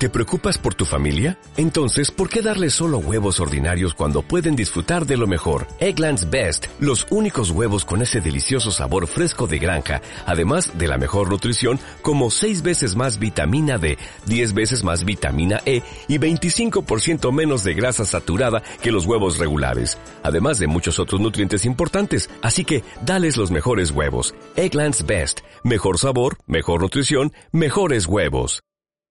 ¿Te preocupas por tu familia? Entonces, ¿por qué darles solo huevos ordinarios cuando pueden disfrutar de lo mejor? Eggland's Best, los únicos huevos con ese delicioso sabor fresco de granja, además de la mejor nutrición, como 6 veces más vitamina D, 10 veces más vitamina E y 25% menos de grasa saturada que los huevos regulares, además de muchos otros nutrientes importantes. Así que, dales los mejores huevos. Eggland's Best, mejor sabor, mejor nutrición, mejores huevos.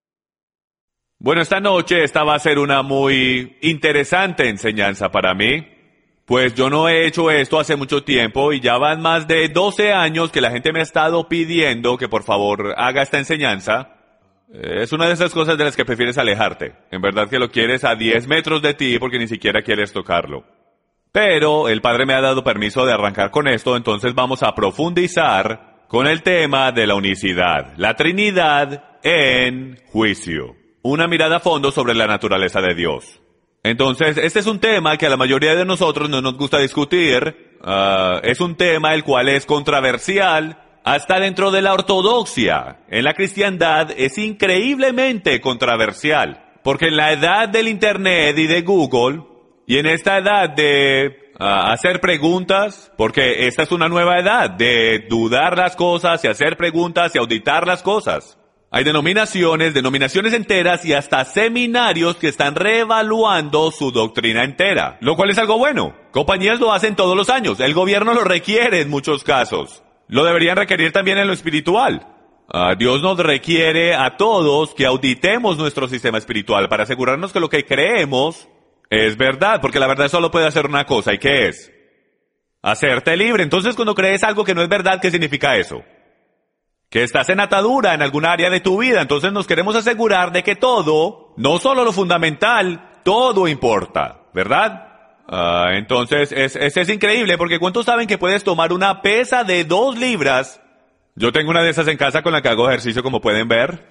Bueno, esta noche esta va a ser una muy interesante enseñanza para mí, pues yo no he hecho esto hace mucho tiempo y ya van más de 12 años que la gente me ha estado pidiendo que por favor haga esta enseñanza. Es una de esas cosas de las que prefieres alejarte. En verdad que lo quieres a 10 metros de ti porque ni siquiera quieres tocarlo. Pero el Padre me ha dado permiso de arrancar con esto, entonces vamos a profundizar con el tema de la unicidad, la Trinidad en juicio. Una mirada a fondo sobre la naturaleza de Dios. Entonces, este es un tema que a la mayoría de nosotros no nos gusta discutir. Es un tema el cual es controversial hasta dentro de la ortodoxia. En la cristiandad es increíblemente controversial. Porque en la edad del Internet y de Google, y en esta edad de hacer preguntas, porque esta es una nueva edad de dudar las cosas y hacer preguntas y auditar las cosas. Hay denominaciones enteras y hasta seminarios que están reevaluando su doctrina entera, lo cual es algo bueno. Compañías lo hacen todos los años, el gobierno lo requiere en muchos casos. Lo deberían requerir también en lo espiritual. Dios nos requiere a todos que auditemos nuestro sistema espiritual para asegurarnos que lo que creemos es verdad, porque la verdad solo puede hacer una cosa, ¿y qué es? Hacerte libre. Entonces, cuando crees algo que no es verdad, ¿qué significa eso? Que estás en atadura en alguna área de tu vida, entonces nos queremos asegurar de que todo, no solo lo fundamental, todo importa, ¿verdad? Entonces, es increíble, porque ¿cuántos saben que puedes tomar una pesa de 2 libras? Yo tengo una de esas en casa con la que hago ejercicio, como pueden ver.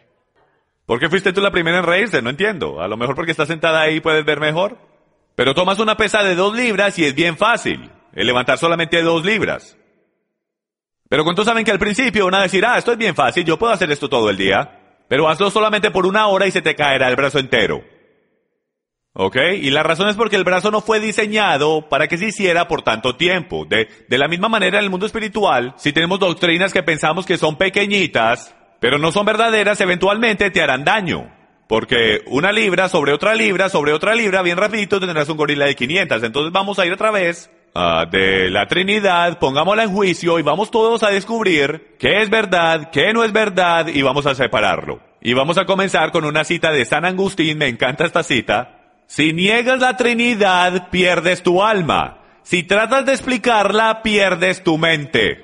¿Por qué fuiste tú la primera en reírse? No entiendo. A lo mejor porque estás sentada ahí y puedes ver mejor. Pero tomas una pesa de 2 libras y es bien fácil, el levantar solamente 2 libras. Pero ¿cuántos saben que al principio van a decir, esto es bien fácil, yo puedo hacer esto todo el día? Pero hazlo solamente por 1 hora y se te caerá el brazo entero. ¿Ok? Y la razón es porque el brazo no fue diseñado para que se hiciera por tanto tiempo. De la misma manera en el mundo espiritual, si tenemos doctrinas que pensamos que son pequeñitas, pero no son verdaderas, eventualmente te harán daño. Porque 1 libra sobre otra libra sobre otra libra, bien rapidito tendrás un gorila de 500. Entonces vamos a ir otra vez de la Trinidad, pongámosla en juicio y vamos todos a descubrir qué es verdad, qué no es verdad y vamos a separarlo. Y vamos a comenzar con una cita de San Agustín, me encanta esta cita. Si niegas la Trinidad, pierdes tu alma. Si tratas de explicarla, pierdes tu mente.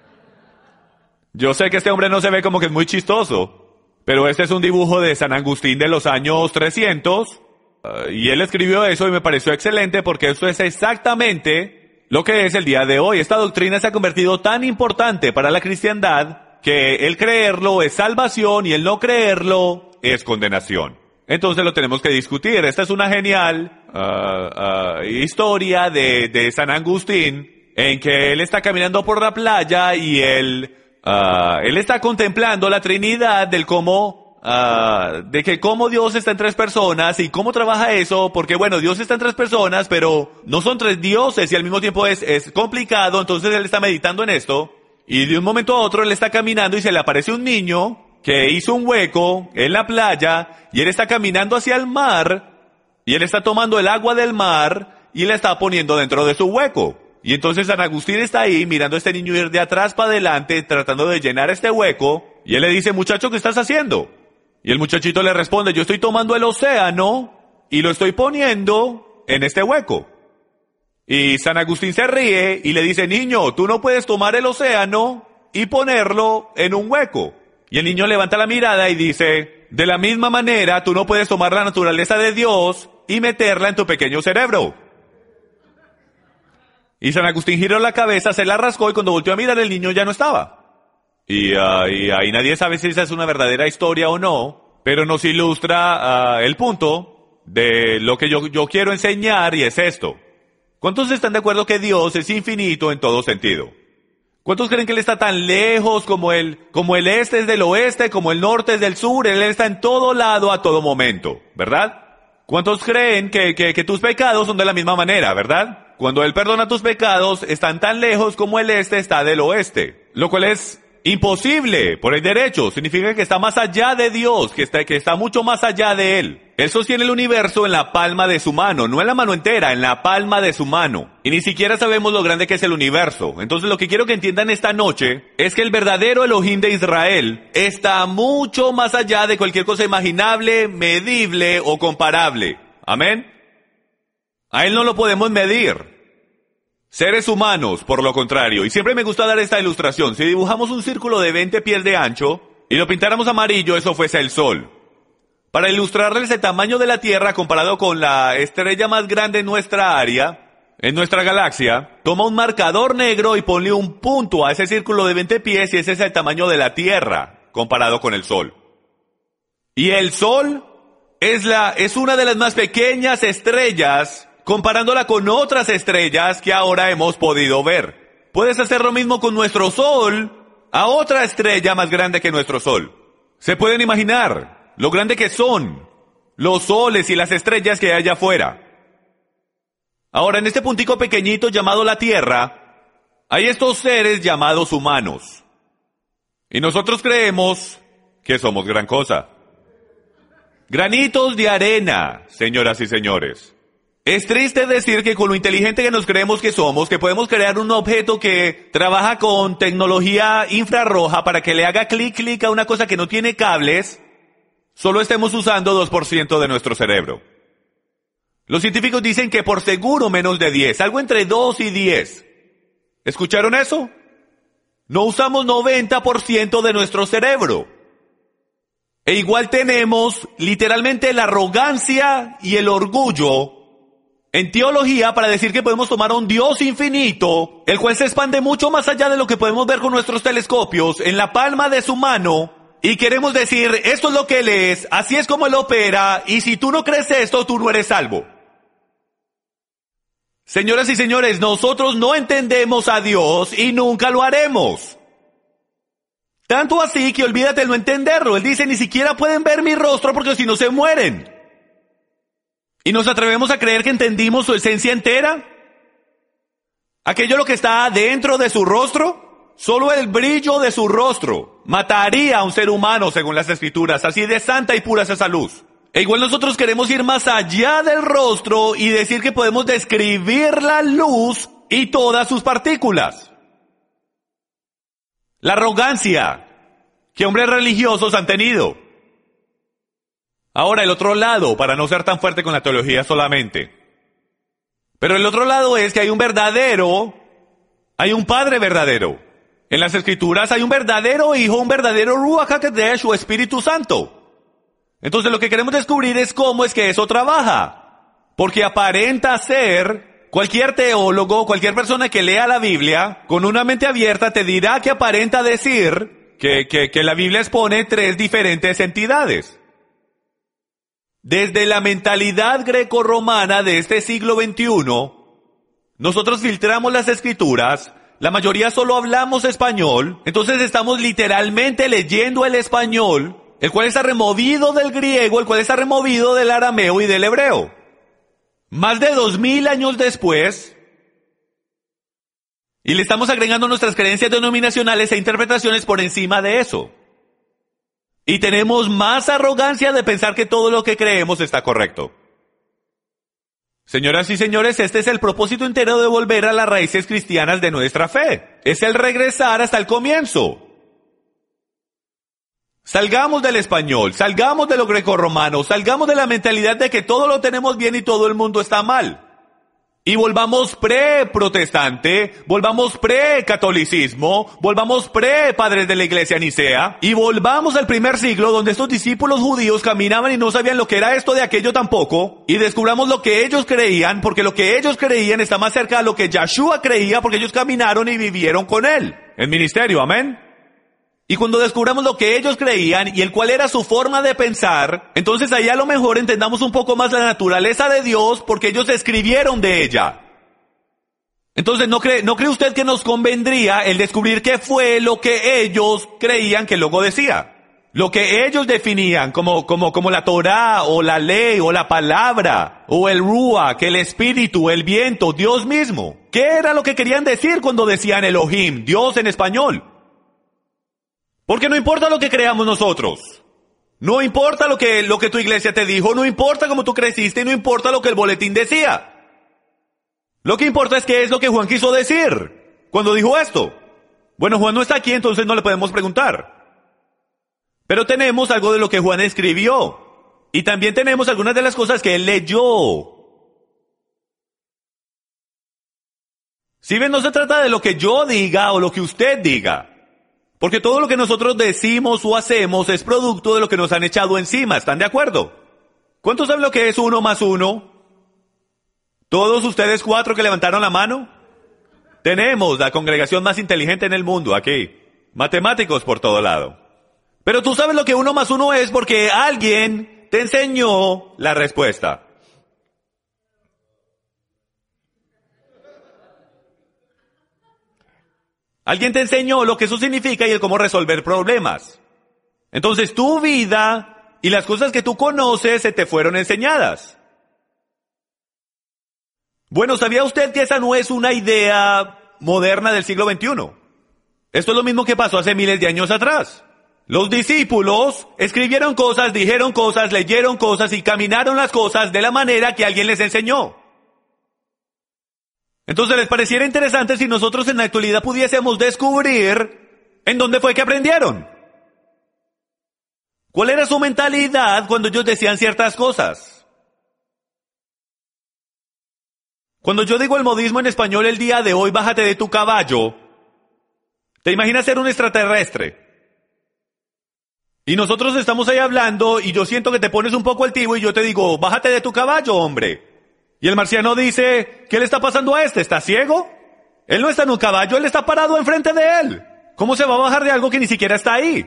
Yo sé que este hombre no se ve como que es muy chistoso, pero este es un dibujo de San Agustín de los años 300, y él escribió eso y me pareció excelente porque eso es exactamente lo que es el día de hoy. Esta doctrina se ha convertido tan importante para la cristiandad que el creerlo es salvación y el no creerlo es condenación. Entonces lo tenemos que discutir. Esta es una genial historia de San Agustín en que él está caminando por la playa y él está contemplando la Trinidad del cómo de que cómo Dios está en 3 personas y cómo trabaja eso, porque bueno, Dios está en 3 personas, pero no son 3 dioses y al mismo tiempo es complicado. Entonces él está meditando en esto y de un momento a otro él está caminando y se le aparece un niño que hizo un hueco en la playa y él está caminando hacia el mar y él está tomando el agua del mar y la está poniendo dentro de su hueco. Y entonces San Agustín está ahí mirando a este niño ir de atrás para adelante tratando de llenar este hueco y él le dice, muchacho, ¿qué estás haciendo? Y el muchachito le responde, yo estoy tomando el océano y lo estoy poniendo en este hueco. Y San Agustín se ríe y le dice, niño, tú no puedes tomar el océano y ponerlo en un hueco. Y el niño levanta la mirada y dice, de la misma manera, tú no puedes tomar la naturaleza de Dios y meterla en tu pequeño cerebro. Y San Agustín giró la cabeza, se la rascó y cuando volteó a mirar el niño ya no estaba. Y ahí nadie sabe si esa es una verdadera historia o no, pero nos ilustra el punto de lo que yo quiero enseñar y es esto. ¿Cuántos están de acuerdo que Dios es infinito en todo sentido? ¿Cuántos creen que Él está tan lejos como el este es del oeste, como el norte es del sur? Él está en todo lado a todo momento, ¿verdad? ¿Cuántos creen que tus pecados son de la misma manera, verdad? Cuando Él perdona tus pecados, están tan lejos como el este está del oeste. Lo cual es imposible por el derecho. Significa que está más allá de Dios, que está mucho más allá de Él. Él sostiene el universo en la palma de su mano, no en la mano entera, en la palma de su mano. Y ni siquiera sabemos lo grande que es el universo. Entonces lo que quiero que entiendan esta noche es que el verdadero Elohim de Israel está mucho más allá de cualquier cosa imaginable, medible o comparable. Amén. A Él no lo podemos medir. Seres humanos, por lo contrario, y siempre me gusta dar esta ilustración, si dibujamos un círculo de 20 pies de ancho y lo pintáramos amarillo, eso fuese el Sol. Para ilustrarles el tamaño de la Tierra comparado con la estrella más grande en nuestra área, en nuestra galaxia, toma un marcador negro y ponle un punto a ese círculo de 20 pies y ese es el tamaño de la Tierra comparado con el Sol. Y el Sol es una de las más pequeñas estrellas comparándola con otras estrellas que ahora hemos podido ver. Puedes hacer lo mismo con nuestro Sol a otra estrella más grande que nuestro Sol. ¿Se pueden imaginar lo grande que son los soles y las estrellas que hay allá afuera? Ahora, en este puntico pequeñito llamado la Tierra, hay estos seres llamados humanos. Y nosotros creemos que somos gran cosa. Granitos de arena, señoras y señores. Es triste decir que con lo inteligente que nos creemos que somos, que podemos crear un objeto que trabaja con tecnología infrarroja para que le haga clic a una cosa que no tiene cables, solo estemos usando 2% de nuestro cerebro. Los científicos dicen que por seguro menos de 10, algo entre 2 y 10. ¿Escucharon eso? No usamos 90% de nuestro cerebro. E igual tenemos literalmente la arrogancia y el orgullo en teología para decir que podemos tomar a un Dios infinito, el cual se expande mucho más allá de lo que podemos ver con nuestros telescopios, en la palma de su mano, y queremos decir, esto es lo que Él es, así es como Él opera, y si tú no crees esto, tú no eres salvo. Señoras y señores, nosotros no entendemos a Dios y nunca lo haremos. Tanto así que olvídate de no entenderlo. Él dice, ni siquiera pueden ver mi rostro porque si no se mueren. ¿Y nos atrevemos a creer que entendimos su esencia entera? ¿Aquello lo que está dentro de su rostro? Solo el brillo de su rostro mataría a un ser humano según las Escrituras, así de santa y pura es esa luz. E igual nosotros queremos ir más allá del rostro y decir que podemos describir la luz y todas sus partículas. La arrogancia que hombres religiosos han tenido. Ahora, el otro lado, para no ser tan fuerte con la teología solamente. Pero el otro lado es que hay un Padre verdadero. En las Escrituras hay un verdadero Hijo, un verdadero Ruach HaKodesh o Espíritu Santo. Entonces lo que queremos descubrir es cómo es que eso trabaja. Porque aparenta ser, cualquier teólogo, cualquier persona que lea la Biblia, con una mente abierta te dirá que aparenta decir que la Biblia expone 3 diferentes entidades. Desde la mentalidad greco-romana de este siglo XXI, nosotros filtramos las Escrituras, la mayoría solo hablamos español, entonces estamos literalmente leyendo el español, el cual está removido del griego, el cual está removido del arameo y del hebreo. Más de 2000 años después, y le estamos agregando nuestras creencias denominacionales e interpretaciones por encima de eso. Y tenemos más arrogancia de pensar que todo lo que creemos está correcto. Señoras y señores, este es el propósito entero de volver a las raíces cristianas de nuestra fe. Es el regresar hasta el comienzo. Salgamos del español, salgamos de lo grecorromano, salgamos de la mentalidad de que todo lo tenemos bien y todo el mundo está mal. Y volvamos pre-protestante, volvamos pre-catolicismo, volvamos pre-padres de la iglesia nicea, y volvamos al primer siglo donde estos discípulos judíos caminaban y no sabían lo que era esto de aquello tampoco, y descubramos lo que ellos creían, porque lo que ellos creían está más cerca de lo que Yeshua creía, porque ellos caminaron y vivieron con él. En ministerio, amén. Y cuando descubramos lo que ellos creían y el cual era su forma de pensar, entonces ahí a lo mejor entendamos un poco más la naturaleza de Dios porque ellos escribieron de ella. Entonces, ¿no cree usted que nos convendría el descubrir qué fue lo que ellos creían que el logo decía? Lo que ellos definían como la Torá, o la ley, o la palabra, o el Ruach, el espíritu, el viento, Dios mismo. ¿Qué era lo que querían decir cuando decían Elohim, Dios en español? Porque no importa lo que creamos nosotros. No importa lo que tu iglesia te dijo, no importa cómo tú creciste, y no importa lo que el boletín decía. Lo que importa es qué es lo que Juan quiso decir cuando dijo esto. Bueno, Juan no está aquí, entonces no le podemos preguntar. Pero tenemos algo de lo que Juan escribió. Y también tenemos algunas de las cosas que él leyó. Si ven, no se trata de lo que yo diga o lo que usted diga. Porque todo lo que nosotros decimos o hacemos es producto de lo que nos han echado encima. ¿Están de acuerdo? ¿Cuántos saben lo que es 1 más 1? ¿Todos ustedes 4 que levantaron la mano? Tenemos la congregación más inteligente en el mundo aquí. Matemáticos por todo lado. Pero tú sabes lo que 1 más 1 es porque alguien te enseñó la respuesta. Alguien te enseñó lo que eso significa y el cómo resolver problemas. Entonces tu vida y las cosas que tú conoces se te fueron enseñadas. Bueno, ¿sabía usted que esa no es una idea moderna del siglo XXI? Esto es lo mismo que pasó hace miles de años atrás. Los discípulos escribieron cosas, dijeron cosas, leyeron cosas y caminaron las cosas de la manera que alguien les enseñó. Entonces, ¿les pareciera interesante si nosotros en la actualidad pudiésemos descubrir en dónde fue que aprendieron? ¿Cuál era su mentalidad cuando ellos decían ciertas cosas? Cuando yo digo el modismo en español el día de hoy, bájate de tu caballo, ¿te imaginas ser un extraterrestre? Y nosotros estamos ahí hablando y yo siento que te pones un poco altivo y yo te digo, bájate de tu caballo, hombre. Y el marciano dice, ¿qué le está pasando a este? ¿Está ciego? Él no está en un caballo, él está parado enfrente de él. ¿Cómo se va a bajar de algo que ni siquiera está ahí?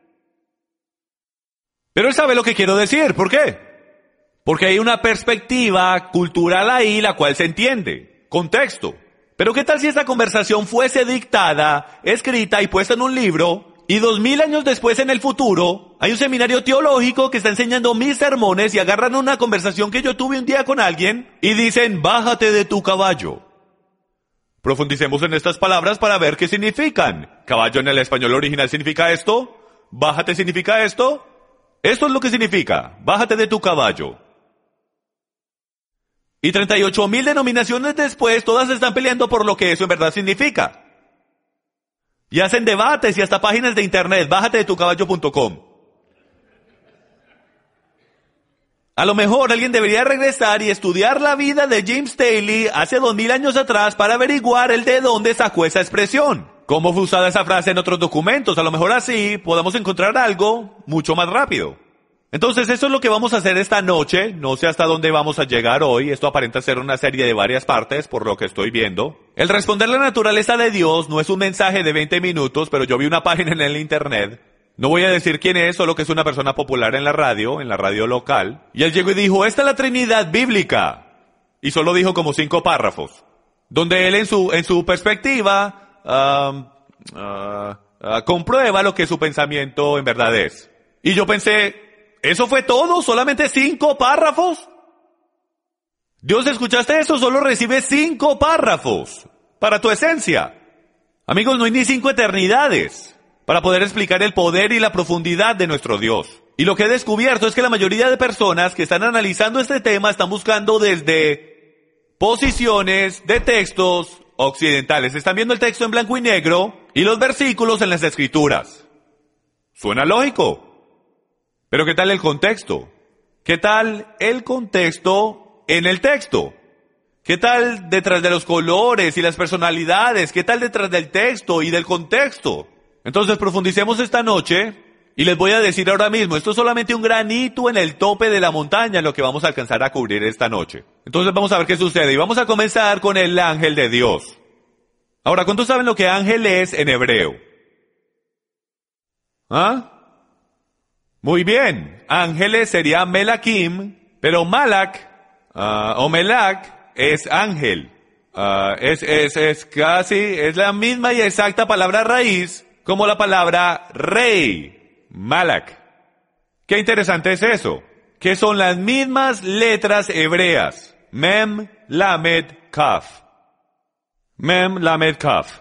Pero él sabe lo que quiero decir, ¿por qué? Porque hay una perspectiva cultural ahí la cual se entiende, contexto. Pero ¿qué tal si esta conversación fuese dictada, escrita y puesta en un libro? Y 2000 años después en el futuro, hay un seminario teológico que está enseñando mis sermones y agarran una conversación que yo tuve un día con alguien y dicen, bájate de tu caballo. Profundicemos en estas palabras para ver qué significan. Caballo en el español original significa esto, bájate significa esto. Esto es lo que significa, bájate de tu caballo. Y 38,000 denominaciones después, todas están peleando por lo que eso en verdad significa. Y hacen debates y hasta páginas de internet, bájate de tu caballo.com. A lo mejor alguien debería regresar y estudiar la vida de James Staley hace 2000 años atrás para averiguar el de dónde sacó esa expresión. Cómo fue usada esa frase en otros documentos. A lo mejor así podamos encontrar algo mucho más rápido. Entonces eso es lo que vamos a hacer esta noche. No sé hasta dónde vamos a llegar hoy. Esto aparenta ser una serie de varias partes por lo que estoy viendo. El responder la naturaleza de Dios no es un mensaje de 20 minutos, pero yo vi una página en el internet. No voy a decir quién es, solo que es una persona popular en la radio local. Y él llegó y dijo, esta es la Trinidad bíblica. Y solo dijo como 5 párrafos. Donde él en su perspectiva comprueba lo que su pensamiento en verdad es. Y yo pensé, ¿eso fue todo? ¿Solamente 5 párrafos? Dios, ¿escuchaste eso? Solo recibe 5 párrafos para tu esencia. Amigos, no hay ni 5 eternidades para poder explicar el poder y la profundidad de nuestro Dios. Y lo que he descubierto es que la mayoría de personas que están analizando este tema están buscando desde posiciones de textos occidentales. Están viendo el texto en blanco y negro y los versículos en las escrituras. Suena lógico. Pero ¿qué tal el contexto? ¿Qué tal el contexto en el texto? ¿Qué tal detrás de los colores y las personalidades? ¿Qué tal detrás del texto y del contexto? Entonces profundicemos esta noche y les voy a decir ahora mismo, esto es solamente un granito en el tope de la montaña lo que vamos a alcanzar a cubrir esta noche. Entonces vamos a ver qué sucede y vamos a comenzar con el ángel de Dios. Ahora, ¿cuántos saben lo que ángel es en hebreo? ¿Ah? Muy bien, ángeles sería Melakim, pero Malak o Melak es ángel. Es casi, es la misma y exacta palabra raíz como la palabra rey, Malak. Qué interesante es eso, que son las mismas letras hebreas, Mem, Lamed, Kaf. Mem, Lamed, Kaf.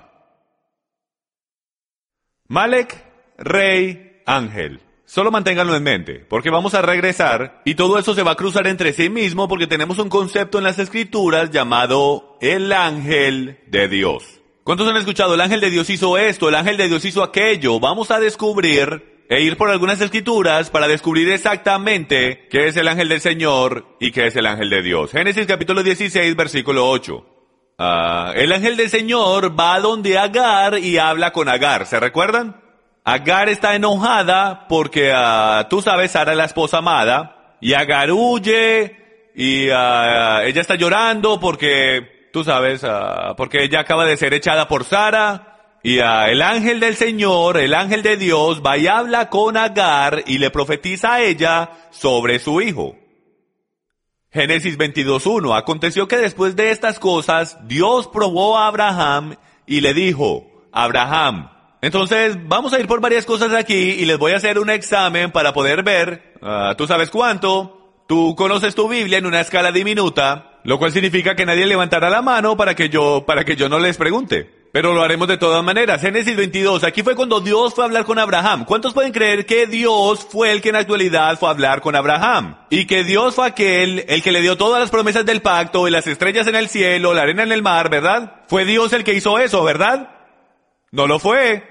Malek, rey, ángel. Solo manténganlo en mente, porque vamos a regresar y todo eso se va a cruzar entre sí mismo porque tenemos un concepto en las escrituras llamado el ángel de Dios. ¿Cuántos han escuchado? El ángel de Dios hizo esto, el ángel de Dios hizo aquello. Vamos a descubrir e ir por algunas escrituras para descubrir exactamente qué es el ángel del Señor y qué es el ángel de Dios. Génesis capítulo 16, versículo 8. El ángel del Señor va donde Agar y habla con Agar, ¿se recuerdan? Agar está enojada porque, tú sabes, Sara es la esposa amada, y Agar huye, y ella está llorando porque, tú sabes, porque ella acaba de ser echada por Sara, y el ángel del Señor, el ángel de Dios, va y habla con Agar y le profetiza a ella sobre su hijo. Génesis 22:1. Aconteció que después de estas cosas, Dios probó a Abraham y le dijo, Abraham. Entonces, vamos a ir por varias cosas aquí y les voy a hacer un examen para poder ver, tú sabes cuánto, tú conoces tu Biblia en una escala diminuta, lo cual significa que nadie levantará la mano para que yo no les pregunte. Pero lo haremos de todas maneras. Génesis 22, aquí fue cuando Dios fue a hablar con Abraham. ¿Cuántos pueden creer que Dios fue el que en la actualidad fue a hablar con Abraham? Y que Dios fue el que le dio todas las promesas del pacto y las estrellas en el cielo, la arena en el mar, ¿verdad? Fue Dios el que hizo eso, ¿verdad? No lo fue.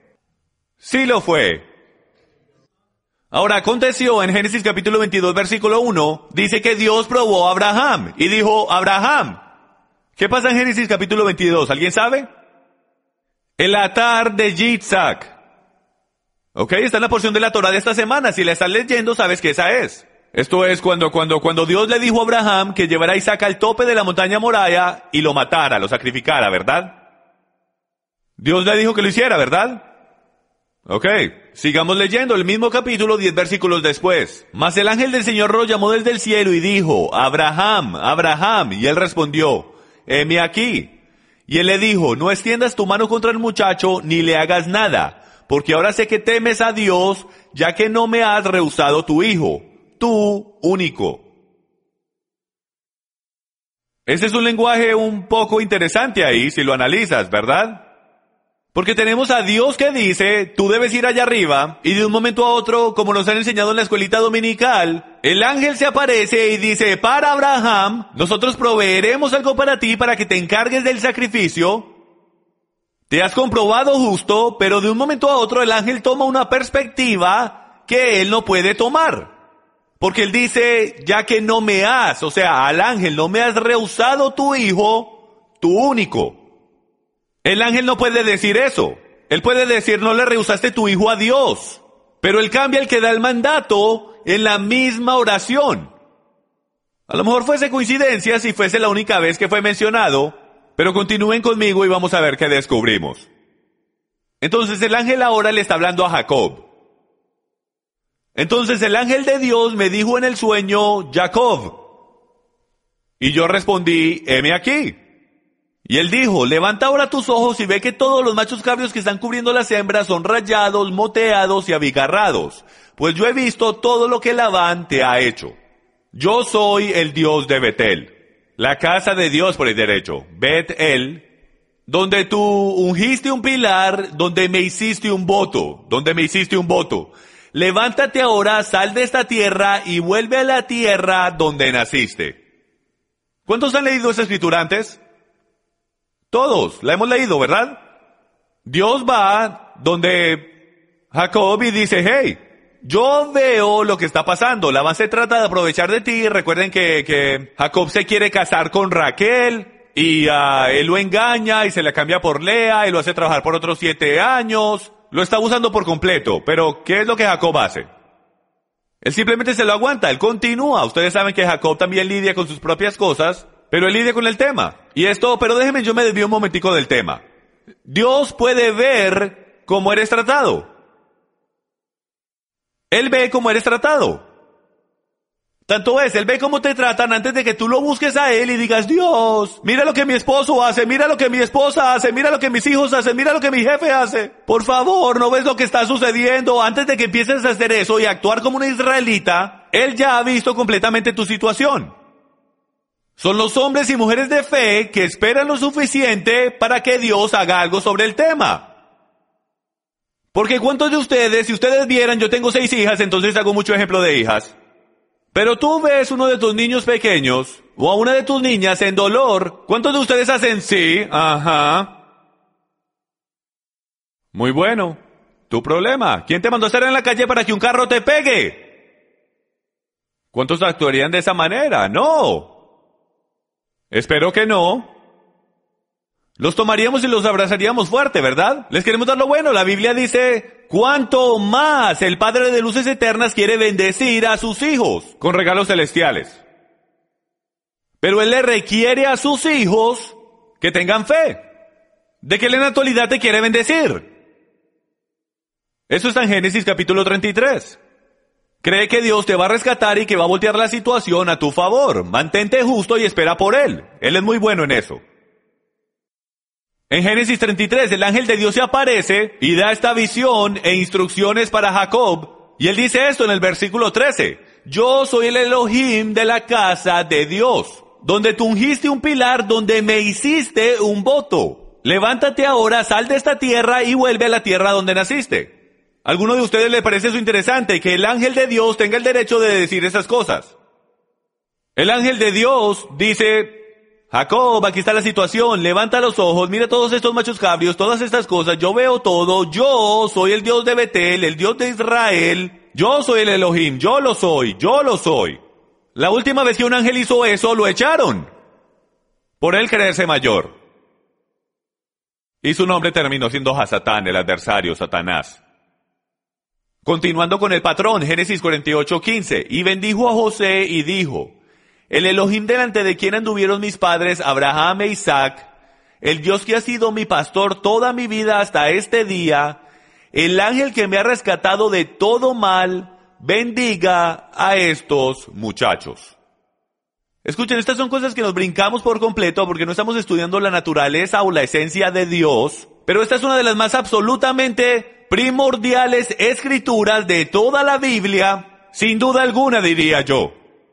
Sí lo fue. Ahora, aconteció en Génesis capítulo 22, versículo 1, dice que Dios probó a Abraham y dijo, Abraham. ¿Qué pasa en Génesis capítulo 22? ¿Alguien sabe? El altar de Yitzhak. Ok, está en la porción de la Torah de esta semana. Si la estás leyendo, sabes que esa es. Esto es cuando Dios le dijo a Abraham que llevara a Isaac al tope de la montaña Moriah y lo matara, lo sacrificara, ¿verdad? Dios le dijo que lo hiciera, ¿verdad? Ok, sigamos leyendo el mismo capítulo 10 versículos después. Mas el ángel del Señor lo llamó desde el cielo y dijo, Abraham, Abraham, y él respondió, heme aquí. Y él le dijo, no extiendas tu mano contra el muchacho, ni le hagas nada, porque ahora sé que temes a Dios, ya que no me has rehusado tu hijo, tu único. Ese es un lenguaje un poco interesante ahí, si lo analizas, ¿verdad? Porque tenemos a Dios que dice, tú debes ir allá arriba, y de un momento a otro, como nos han enseñado en la escuelita dominical, el ángel se aparece y dice, para Abraham, nosotros proveeremos algo para ti para que te encargues del sacrificio. Te has comprobado justo, pero de un momento a otro el ángel toma una perspectiva que él no puede tomar. Porque él dice, ya que no me has, o sea, al ángel, no me has rehusado tu hijo, tu único. El ángel no puede decir eso. Él puede decir, no le rehusaste tu hijo a Dios. Pero él cambia el que da el mandato en la misma oración. A lo mejor fuese coincidencia si fuese la única vez que fue mencionado, pero continúen conmigo y vamos a ver qué descubrimos. Entonces el ángel ahora le está hablando a Jacob. Entonces el ángel de Dios me dijo en el sueño, Jacob. Y yo respondí, heme aquí. Y él dijo, levanta ahora tus ojos y ve que todos los machos cabríos que están cubriendo las hembras son rayados, moteados y abigarrados. Pues yo he visto todo lo que Labán te ha hecho. Yo soy el Dios de Betel, la casa de Dios por el derecho, Bet-El, donde tú ungiste un pilar, donde me hiciste un voto. Levántate ahora, sal de esta tierra y vuelve a la tierra donde naciste. ¿Cuántos han leído esa escritura antes? Todos, la hemos leído, ¿verdad? Dios va donde Jacob y dice, hey, yo veo lo que está pasando. Labán se trata de aprovechar de ti. Recuerden que Jacob se quiere casar con Raquel y él lo engaña y se la cambia por Lea y lo hace trabajar por otros 7 años. Lo está abusando por completo. Pero, ¿qué es lo que Jacob hace? Él simplemente se lo aguanta, él continúa. Ustedes saben que Jacob también lidia con sus propias cosas, pero él lidia con el tema. Pero déjenme, yo me desvío un momentico del tema. Dios puede ver cómo eres tratado. Él ve cómo eres tratado. Tanto es, él ve cómo te tratan antes de que tú lo busques a él y digas, Dios, mira lo que mi esposo hace, mira lo que mi esposa hace, mira lo que mis hijos hacen, mira lo que mi jefe hace. Por favor, ¿no ves lo que está sucediendo? Antes de que empieces a hacer eso y actuar como un israelita, él ya ha visto completamente tu situación. Son los hombres y mujeres de fe que esperan lo suficiente para que Dios haga algo sobre el tema. Porque ¿cuántos de ustedes, si ustedes vieran, yo tengo 6 hijas, entonces hago mucho ejemplo de hijas. Pero tú ves uno de tus niños pequeños, o a una de tus niñas en dolor, ¿cuántos de ustedes hacen sí? Ajá. Muy bueno. Tu problema. ¿Quién te mandó a estar en la calle para que un carro te pegue? ¿Cuántos actuarían de esa manera? No. Espero que no. Los tomaríamos y los abrazaríamos fuerte, ¿verdad? Les queremos dar lo bueno. La Biblia dice, cuánto más el Padre de luces eternas quiere bendecir a sus hijos con regalos celestiales. Pero Él le requiere a sus hijos que tengan fe. ¿De qué Él en la actualidad te quiere bendecir? Eso está en Génesis capítulo 33. Cree que Dios te va a rescatar y que va a voltear la situación a tu favor. Mantente justo y espera por Él. Él es muy bueno en eso. En Génesis 33, el ángel de Dios se aparece y da esta visión e instrucciones para Jacob. Y él dice esto en el versículo 13. Yo soy el Elohim de la casa de Dios, donde tú ungiste un pilar, donde me hiciste un voto. Levántate ahora, sal de esta tierra y vuelve a la tierra donde naciste. ¿A alguno de ustedes le parece eso interesante? Que el ángel de Dios tenga el derecho de decir esas cosas. El ángel de Dios dice, Jacob, aquí está la situación, levanta los ojos, mira todos estos machos cabríos, todas estas cosas, yo veo todo, yo soy el Dios de Betel, el Dios de Israel, yo soy el Elohim, yo lo soy. La última vez que un ángel hizo eso, lo echaron, por él creerse mayor. Y su nombre terminó siendo Hasatán, el adversario, Satanás. Continuando con el patrón, Génesis 48:15, y bendijo a José y dijo, el Elohim delante de quien anduvieron mis padres, Abraham e Isaac, el Dios que ha sido mi pastor toda mi vida hasta este día, el ángel que me ha rescatado de todo mal, bendiga a estos muchachos. Escuchen, estas son cosas que nos brincamos por completo porque no estamos estudiando la naturaleza o la esencia de Dios, pero esta es una de las más absolutamente primordiales escrituras de toda la Biblia, sin duda alguna diría yo.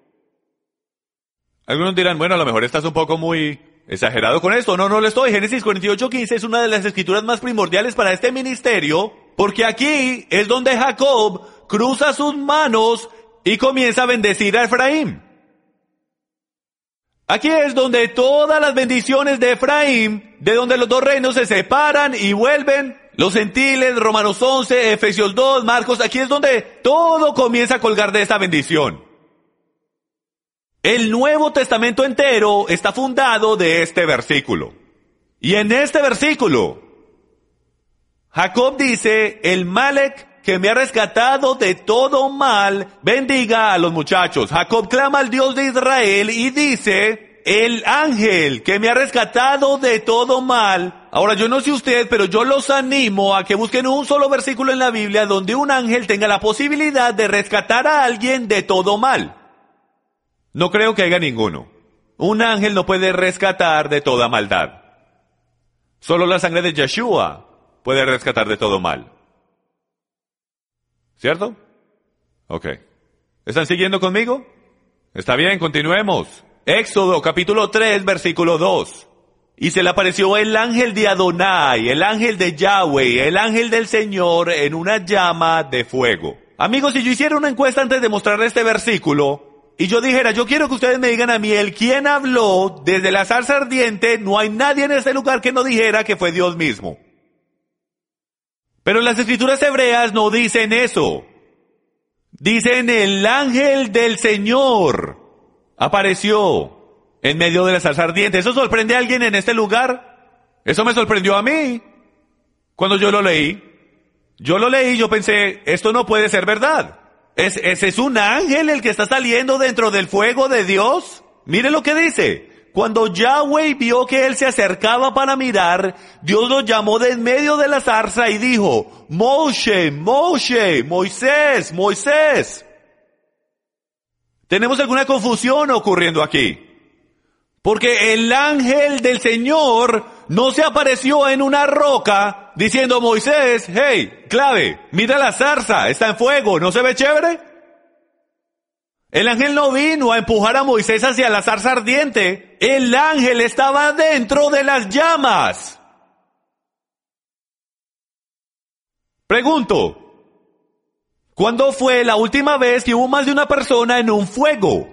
Algunos dirán, bueno, a lo mejor estás un poco muy exagerado con esto. No lo estoy. Génesis 48:15 es una de las escrituras más primordiales para este ministerio, porque aquí es donde Jacob cruza sus manos y comienza a bendecir a Efraín. Aquí es donde todas las bendiciones de Efraín, de donde los dos reinos se separan y vuelven, los gentiles, Romanos 11, Efesios 2, Marcos, aquí es donde todo comienza a colgar de esta bendición. El Nuevo Testamento entero está fundado de este versículo. Y en este versículo, Jacob dice, el Malek que me ha rescatado de todo mal, bendiga a los muchachos. Jacob clama al Dios de Israel y dice, el ángel que me ha rescatado de todo mal. Ahora yo no sé usted, pero yo los animo a que busquen un solo versículo en la Biblia donde un ángel tenga la posibilidad de rescatar a alguien de todo mal. No creo que haya ninguno. Un ángel no puede rescatar de toda maldad. Solo la sangre de Yeshua puede rescatar de todo mal. ¿Cierto? Ok. ¿Están siguiendo conmigo? Está bien, continuemos. Éxodo capítulo 3, versículo 2. Y se le apareció el ángel de Adonai, el ángel de Yahweh, el ángel del Señor en una llama de fuego. Amigos, si yo hiciera una encuesta antes de mostrarle este versículo, y yo dijera, yo quiero que ustedes me digan a mí, el quien habló desde la zarza ardiente, no hay nadie en este lugar que no dijera que fue Dios mismo. Pero las escrituras hebreas no dicen eso. Dicen el ángel del Señor apareció en medio de la zarza ardiente. ¿Eso sorprende a alguien en este lugar? Eso me sorprendió a mí. Cuando yo lo leí, yo pensé, esto no puede ser verdad. ¿Ese es un ángel el que está saliendo dentro del fuego de Dios? Mire lo que dice. Cuando Yahweh vio que él se acercaba para mirar, Dios lo llamó de en medio de la zarza y dijo, Moshe, Moshe, Moisés, Moisés. tenemos alguna confusión ocurriendo aquí. Porque el ángel del Señor no se apareció en una roca diciendo: Moisés, hey, clave, mira la zarza, está en fuego, ¿no se ve chévere? El ángel no vino a empujar a Moisés hacia la zarza ardiente. El ángel estaba dentro de las llamas. Pregunto, ¿cuándo fue la última vez que hubo más de una persona en un fuego?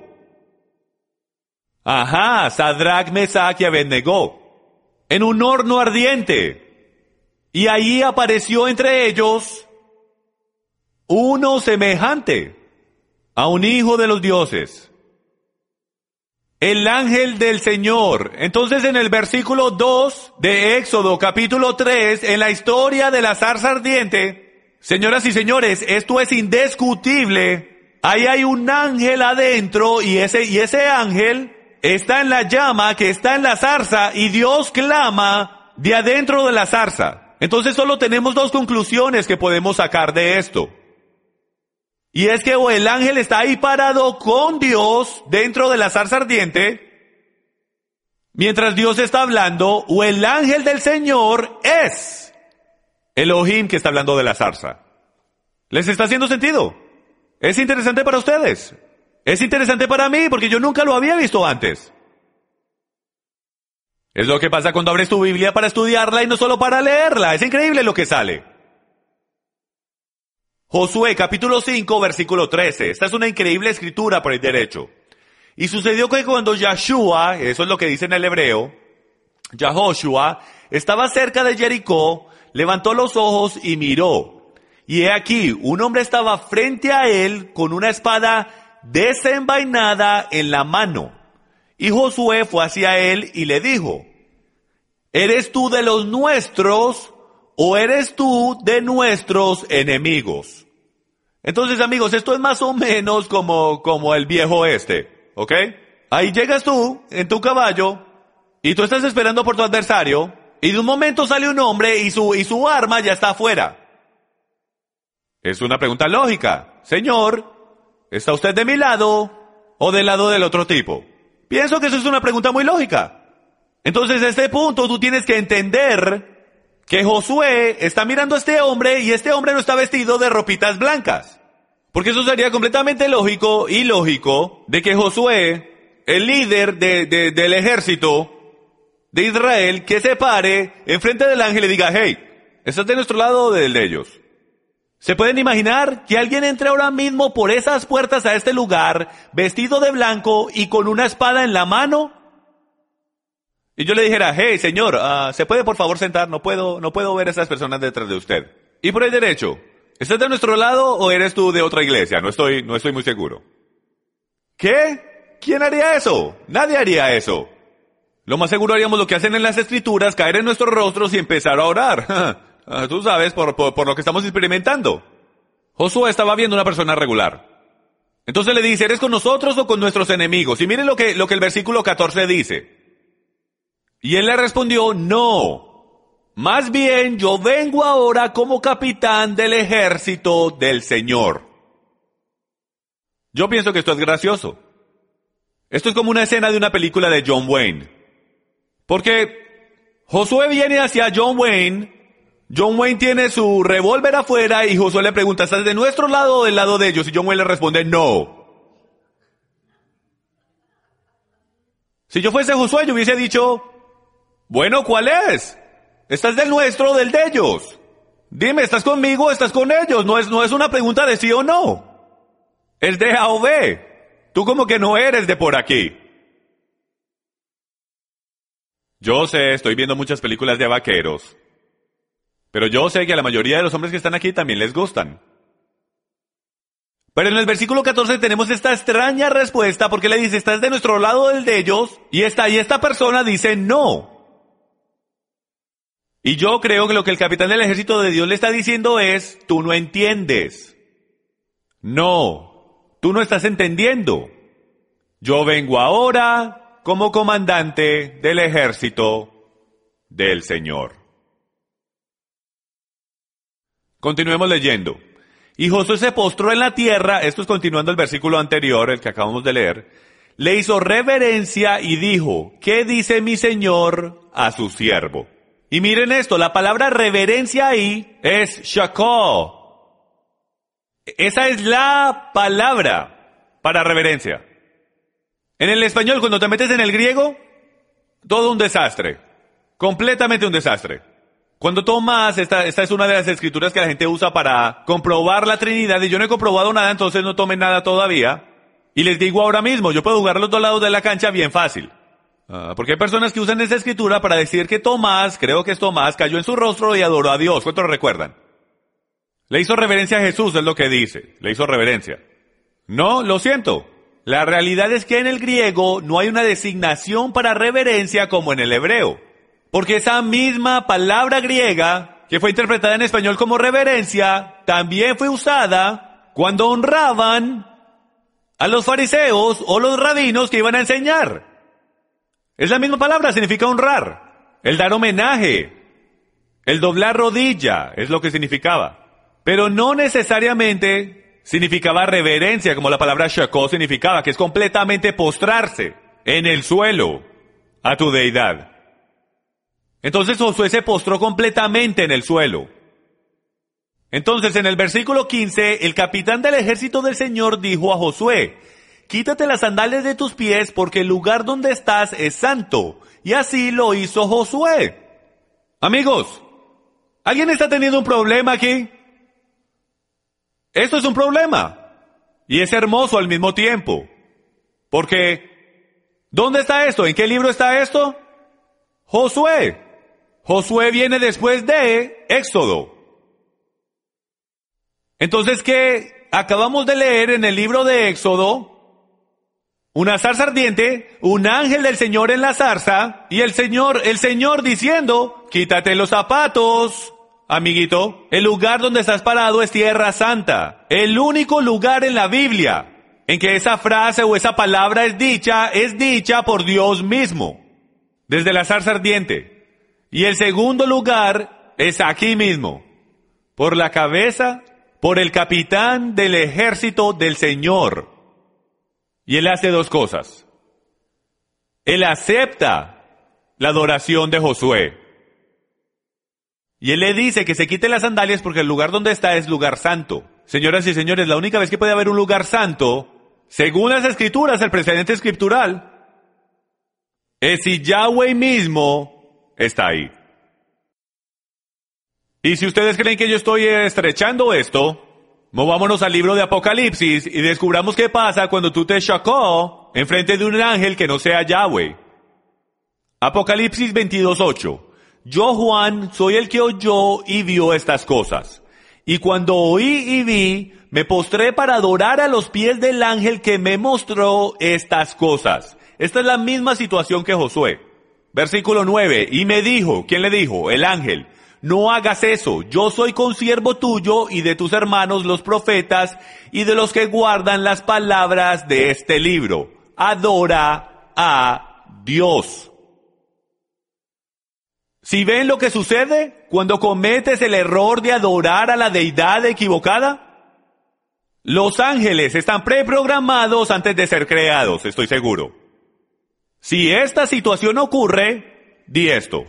Ajá, Sadrach, Mesach y Abednego, en un horno ardiente. Y ahí apareció entre ellos uno semejante a un hijo de los dioses, el ángel del Señor. Entonces en el versículo 2 de Éxodo capítulo 3, en la historia de la zarza ardiente, señoras y señores, esto es indiscutible. Ahí hay un ángel adentro y ese ángel está en la llama que está en la zarza y Dios clama de adentro de la zarza. Entonces solo tenemos dos conclusiones que podemos sacar de esto. Y es que o el ángel está ahí parado con Dios dentro de la zarza ardiente, mientras Dios está hablando, o el ángel del Señor es Elohim que está hablando de la zarza. ¿Les está haciendo sentido? ¿Es interesante para ustedes? Es interesante para mí porque yo nunca lo había visto antes. Es lo que pasa cuando abres tu Biblia para estudiarla y no solo para leerla. Es increíble lo que sale. Josué capítulo 5 versículo 13. Esta es una increíble escritura por el derecho. Y sucedió que cuando Yahshua, eso es lo que dice en el hebreo, Yahoshua, estaba cerca de Jericó, levantó los ojos y miró. Y he aquí, un hombre estaba frente a él con una espada desenvainada en la mano. Y Josué fue hacia él y le dijo: ¿eres tú de los nuestros o eres tú de nuestros enemigos? Entonces, amigos, esto es más o menos como el viejo oeste, ¿ok? Ahí llegas tú, en tu caballo, y tú estás esperando por tu adversario, y de un momento sale un hombre y su arma ya está afuera. Es una pregunta lógica. Señor, ¿está usted de mi lado o del lado del otro tipo? Pienso que eso es una pregunta muy lógica. Entonces, a este punto tú tienes que entender que Josué está mirando a este hombre y este hombre no está vestido de ropitas blancas. Porque eso sería completamente lógico y ilógico de que Josué, el líder del ejército de Israel, que se pare enfrente del ángel y diga: hey, ¿estás de nuestro lado o del de ellos? ¿Se pueden imaginar que alguien entre ahora mismo por esas puertas a este lugar, vestido de blanco y con una espada en la mano? Y yo le dijera: hey, señor, ¿se puede por favor sentar? No puedo ver a esas personas detrás de usted. Y por el derecho, ¿estás de nuestro lado o eres tú de otra iglesia? No estoy muy seguro. ¿Qué? ¿Quién haría eso? Nadie haría eso. Lo más seguro haríamos lo que hacen en las escrituras, caer en nuestros rostros y empezar a orar. Tú sabes, por lo que estamos experimentando. Josué estaba viendo una persona regular. Entonces le dice: ¿eres con nosotros o con nuestros enemigos? Y miren lo que el versículo 14 dice. Y él le respondió: no, más bien yo vengo ahora como capitán del ejército del Señor. Yo pienso que esto es gracioso. Esto es como una escena de una película de John Wayne. Porque Josué viene hacia John Wayne tiene su revólver afuera y Josué le pregunta: ¿estás de nuestro lado o del lado de ellos? Y John Wayne le responde: no. Si yo fuese Josué, yo hubiese dicho: bueno, ¿cuál es? ¿Estás del nuestro o del de ellos? Dime, ¿estás conmigo o estás con ellos? No es una pregunta de sí o no. Es de A o B. Tú como que no eres de por aquí. Yo sé, estoy viendo muchas películas de vaqueros. Pero yo sé que a la mayoría de los hombres que están aquí también les gustan. Pero en el versículo 14 tenemos esta extraña respuesta porque le dice: ¿estás de nuestro lado o del de ellos? Y esta persona dice: no. Y yo creo que lo que el capitán del ejército de Dios le está diciendo es: tú no entiendes. No, tú no estás entendiendo. Yo vengo ahora como comandante del ejército del Señor. Continuemos leyendo. Y Josué se postró en la tierra, esto es continuando el versículo anterior, el que acabamos de leer, le hizo reverencia y dijo, ¿qué dice mi señor a su siervo? Y miren esto, la palabra reverencia ahí es shakó. Esa es la palabra para reverencia. En el español, cuando te metes en el griego, todo un desastre. Completamente un desastre. Cuando tomas, esta es una de las escrituras que la gente usa para comprobar la Trinidad, y yo no he comprobado nada, entonces no tomen nada todavía. Y les digo ahora mismo, yo puedo jugar a los dos lados de la cancha bien fácil. Porque hay personas que usan esa escritura para decir que Tomás, creo que es Tomás, cayó en su rostro y adoró a Dios. ¿Cuántos lo recuerdan? Le hizo reverencia a Jesús, es lo que dice. Le hizo reverencia. No, lo siento. La realidad es que en el griego no hay una designación para reverencia como en el hebreo. Porque esa misma palabra griega, que fue interpretada en español como reverencia, también fue usada cuando honraban a los fariseos o los rabinos que iban a enseñar. Es la misma palabra, significa honrar. El dar homenaje, el doblar rodilla, es lo que significaba. Pero no necesariamente significaba reverencia, como la palabra shakó significaba, que es completamente postrarse en el suelo a tu deidad. Entonces Josué se postró completamente en el suelo. Entonces en el versículo 15, el capitán del ejército del Señor dijo a Josué, quítate las sandalias de tus pies porque el lugar donde estás es santo. Y así lo hizo Josué. Amigos, ¿alguien está teniendo un problema aquí? Esto es un problema. Y es hermoso al mismo tiempo. Porque, ¿dónde está esto? ¿En qué libro está esto? Josué. Josué viene después de Éxodo. Entonces, ¿qué acabamos de leer en el libro de Éxodo? Una zarza ardiente, un ángel del Señor en la zarza, y el Señor diciendo, quítate los zapatos, amiguito. El lugar donde estás parado es tierra santa. El único lugar en la Biblia en que esa frase o esa palabra es dicha por Dios mismo. Desde la zarza ardiente. Y el segundo lugar es aquí mismo. Por la cabeza, por el capitán del ejército del Señor. Y él hace dos cosas. Él acepta la adoración de Josué. Y él le dice que se quite las sandalias porque el lugar donde está es lugar santo. Señoras y señores, la única vez que puede haber un lugar santo, según las escrituras, el precedente escritural, es si Yahweh mismo está ahí. Y si ustedes creen que yo estoy estrechando esto, movámonos al libro de Apocalipsis y descubramos qué pasa cuando tú te shakó enfrente de un ángel que no sea Yahweh. Apocalipsis 22:8. Yo, Juan, soy el que oyó y vio estas cosas. Y cuando oí y vi, me postré para adorar a los pies del ángel que me mostró estas cosas. Esta es la misma situación que Josué. Versículo 9. Y me dijo, ¿quién le dijo? El ángel. No hagas eso, yo soy consiervo tuyo y de tus hermanos los profetas y de los que guardan las palabras de este libro. Adora a Dios. ¿Si ven lo que sucede cuando cometes el error de adorar a la deidad equivocada? Los ángeles están preprogramados antes de ser creados, estoy seguro. Si esta situación ocurre, di esto.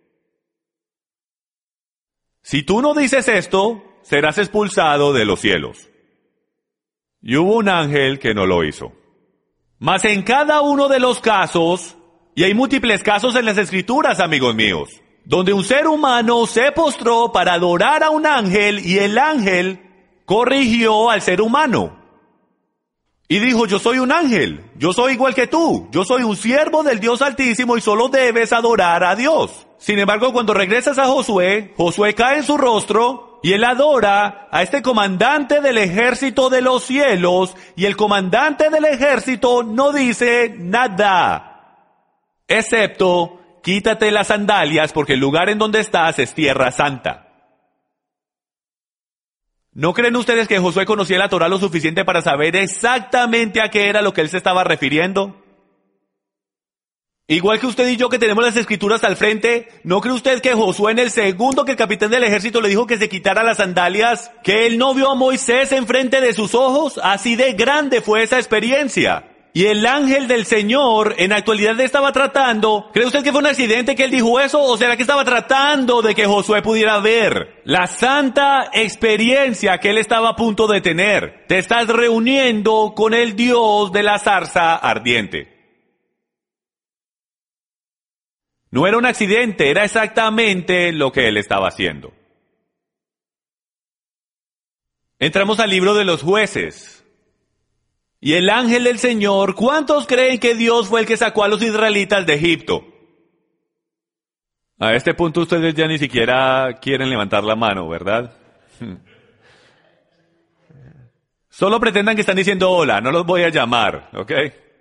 Si tú no dices esto, serás expulsado de los cielos. Y hubo un ángel que no lo hizo. Mas en cada uno de los casos, y hay múltiples casos en las escrituras, amigos míos, donde un ser humano se postró para adorar a un ángel y el ángel corrigió al ser humano. Y dijo, yo soy un ángel, yo soy igual que tú, yo soy un siervo del Dios Altísimo y solo debes adorar a Dios. Sin embargo, cuando regresas a Josué, Josué cae en su rostro y él adora a este comandante del ejército de los cielos y el comandante del ejército no dice nada, excepto quítate las sandalias porque el lugar en donde estás es tierra santa. ¿No creen ustedes que Josué conocía la Torá lo suficiente para saber exactamente a qué era lo que él se estaba refiriendo? Igual que usted y yo que tenemos las escrituras al frente, ¿no cree usted que Josué en el segundo que el capitán del ejército le dijo que se quitara las sandalias, que él no vio a Moisés enfrente de sus ojos? Así de grande fue esa experiencia. Y el ángel del Señor en actualidad le estaba tratando. ¿Cree usted que fue un accidente que él dijo eso? ¿O será que estaba tratando de que Josué pudiera ver la santa experiencia que él estaba a punto de tener? Te estás reuniendo con el Dios de la zarza ardiente. No era un accidente, era exactamente lo que él estaba haciendo. Entramos al libro de los Jueces. Y el ángel del Señor, ¿cuántos creen que Dios fue el que sacó a los israelitas de Egipto? A este punto ustedes ya ni siquiera quieren levantar la mano, ¿verdad? Solo pretendan que están diciendo hola, no los voy a llamar, ¿ok?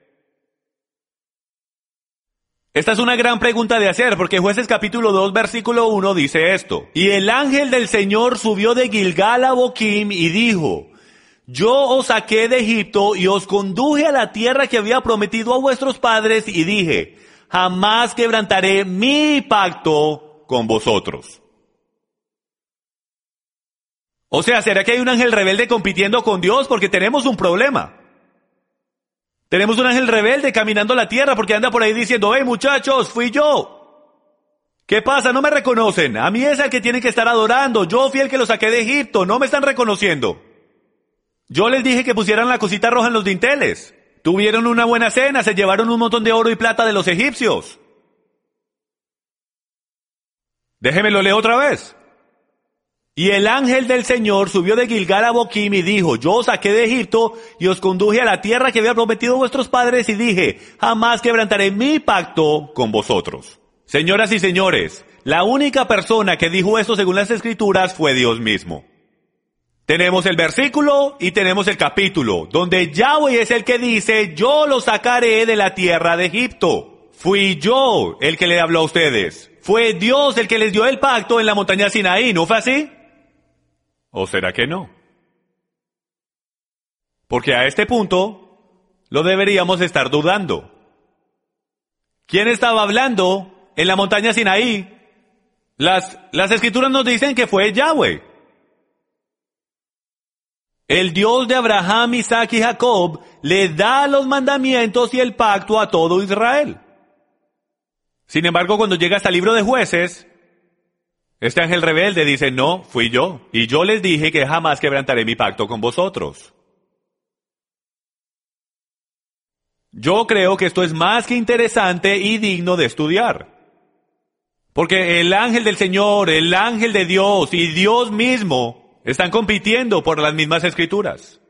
Esta es una gran pregunta de hacer, porque Jueces capítulo 2, versículo 1 dice esto. Y el ángel del Señor subió de Gilgal a Boquim y dijo, yo os saqué de Egipto y os conduje a la tierra que había prometido a vuestros padres y dije, jamás quebrantaré mi pacto con vosotros. O sea, ¿será que hay un ángel rebelde compitiendo con Dios? Porque tenemos un problema. Tenemos un ángel rebelde caminando la tierra porque anda por ahí diciendo, hey muchachos, fui yo. ¿Qué pasa? ¿No me reconocen? A mí es el que tienen que estar adorando. Yo fui el que los saqué de Egipto. No me están reconociendo. Yo les dije que pusieran la cosita roja en los dinteles. Tuvieron una buena cena, se llevaron un montón de oro y plata de los egipcios. Déjeme lo leo otra vez. Y el ángel del Señor subió de Gilgal a Boquim y dijo, yo os saqué de Egipto y os conduje a la tierra que había prometido a vuestros padres y dije, jamás quebrantaré mi pacto con vosotros. Señoras y señores, la única persona que dijo esto según las escrituras fue Dios mismo. Tenemos el versículo y tenemos el capítulo, donde Yahweh es el que dice, yo los sacaré de la tierra de Egipto. Fui yo el que le habló a ustedes. Fue Dios el que les dio el pacto en la montaña Sinaí, ¿no fue así? ¿O será que no? Porque a este punto lo deberíamos estar dudando. ¿Quién estaba hablando en la montaña Sinaí? Las escrituras nos dicen que fue Yahweh. El Dios de Abraham, Isaac y Jacob le da los mandamientos y el pacto a todo Israel. Sin embargo, cuando llega hasta el libro de Jueces, este ángel rebelde dice, no, fui yo, y yo les dije que jamás quebrantaré mi pacto con vosotros. Yo creo que esto es más que interesante y digno de estudiar. Porque el ángel del Señor, el ángel de Dios y Dios mismo están compitiendo por las mismas escrituras.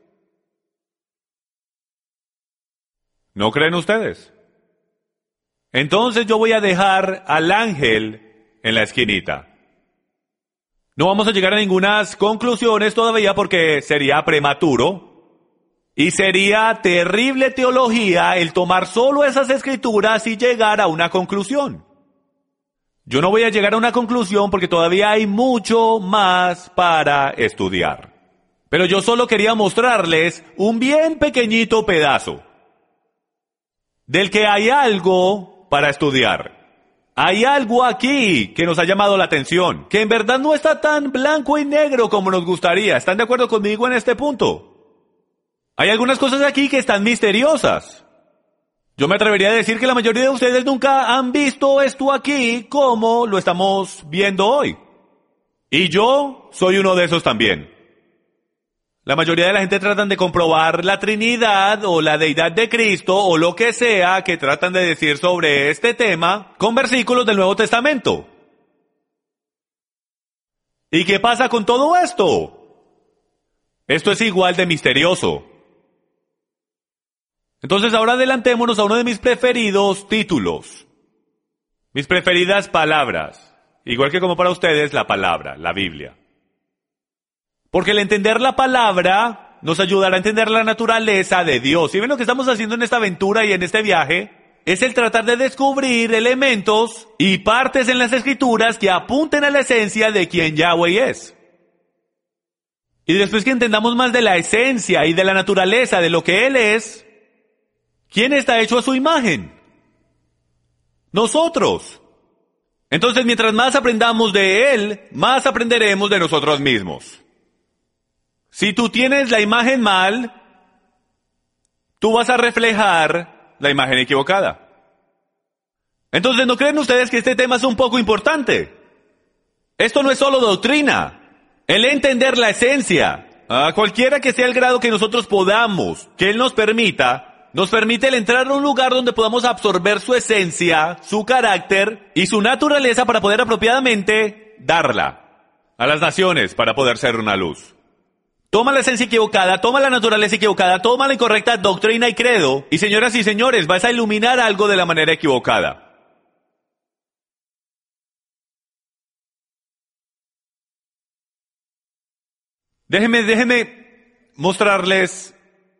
¿No creen ustedes? Entonces yo voy a dejar al ángel en la esquinita. No vamos a llegar a ninguna conclusiones todavía porque sería prematuro y sería terrible teología el tomar solo esas escrituras y llegar a una conclusión. Yo no voy a llegar a una conclusión porque todavía hay mucho más para estudiar. Pero yo solo quería mostrarles un bien pequeñito pedazo del que hay algo para estudiar. Hay algo aquí que nos ha llamado la atención, que en verdad no está tan blanco y negro como nos gustaría. ¿Están de acuerdo conmigo en este punto? Hay algunas cosas aquí que están misteriosas. Yo me atrevería a decir que la mayoría de ustedes nunca han visto esto aquí como lo estamos viendo hoy. Y yo soy uno de esos también. La mayoría de la gente tratan de comprobar la Trinidad o la deidad de Cristo o lo que sea que tratan de decir sobre este tema con versículos del Nuevo Testamento. ¿Y qué pasa con todo esto? Esto es igual de misterioso. Entonces ahora adelantémonos a uno de mis preferidos títulos. Mis preferidas palabras. Igual que como para ustedes la palabra, la Biblia. Porque el entender la palabra nos ayudará a entender la naturaleza de Dios. ¿Sí ven lo que estamos haciendo en esta aventura y en este viaje? Es el tratar de descubrir elementos y partes en las escrituras que apunten a la esencia de quién Yahweh es. Y después que entendamos más de la esencia y de la naturaleza de lo que Él es, ¿quién está hecho a su imagen? Nosotros. Entonces, mientras más aprendamos de Él, más aprenderemos de nosotros mismos. Si tú tienes la imagen mal, tú vas a reflejar la imagen equivocada. Entonces, ¿no creen ustedes que este tema es un poco importante? Esto no es solo doctrina. El entender la esencia, a cualquiera que sea el grado que nosotros podamos, que Él nos permite el entrar a un lugar donde podamos absorber su esencia, su carácter y su naturaleza para poder apropiadamente darla a las naciones para poder ser una luz. Toma la esencia equivocada, toma la naturaleza equivocada, toma la incorrecta doctrina y credo, y señoras y señores, vas a iluminar algo de la manera equivocada. Déjenme mostrarles.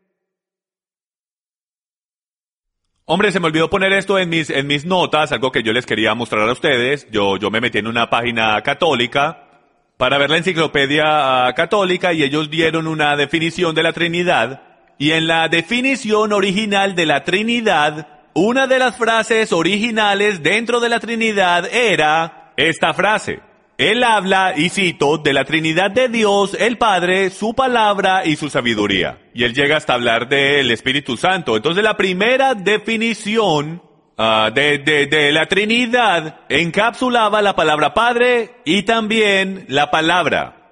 Hombre, se me olvidó poner esto en mis notas, algo que yo les quería mostrar a ustedes. Yo me metí en una página católica para ver la enciclopedia católica y ellos dieron una definición de la Trinidad. Y en la definición original de la Trinidad, una de las frases originales dentro de la Trinidad era esta frase. Él habla, y cito, de la Trinidad de Dios, el Padre, su palabra y su sabiduría. Y él llega hasta hablar del Espíritu Santo. Entonces la primera definición de la Trinidad encapsulaba la palabra Padre y también la palabra.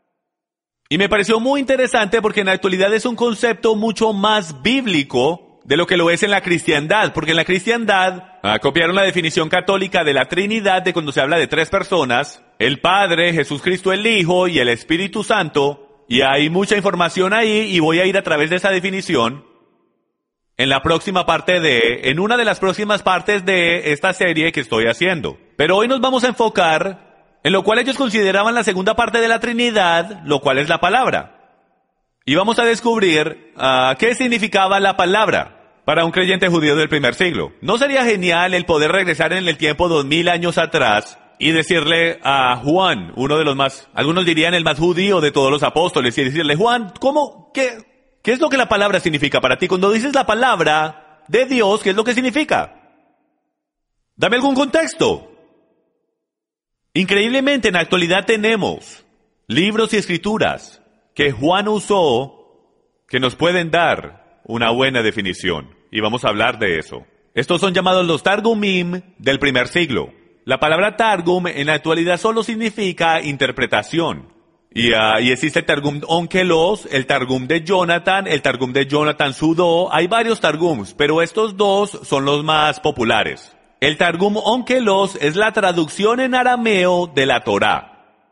Y me pareció muy interesante porque en la actualidad es un concepto mucho más bíblico de lo que lo es en la cristiandad, porque en la cristiandad copiaron la definición católica de la Trinidad de cuando se habla de tres personas, el Padre, Jesucristo el Hijo y el Espíritu Santo, y hay mucha información ahí y voy a ir a través de esa definición en una de las próximas partes de esta serie que estoy haciendo. Pero hoy nos vamos a enfocar en lo cual ellos consideraban la segunda parte de la Trinidad, lo cual es la palabra. Y vamos a descubrir qué significaba la palabra para un creyente judío del primer siglo. ¿No sería genial el poder regresar en el tiempo 2000 años atrás y decirle a Juan, uno de los más, algunos dirían el más judío de todos los apóstoles, y decirle, Juan, ¿qué es lo que la palabra significa para ti? Cuando dices la palabra de Dios, ¿qué es lo que significa? Dame algún contexto. Increíblemente, en la actualidad tenemos libros y escrituras que Juan usó que nos pueden dar una buena definición. Y vamos a hablar de eso. Estos son llamados los Targumim del primer siglo. La palabra Targum en la actualidad solo significa interpretación. Y existe el Targum Onkelos, el Targum de Jonathan Sudó. Hay varios Targums, pero estos dos son los más populares. El Targum Onkelos es la traducción en arameo de la Torá.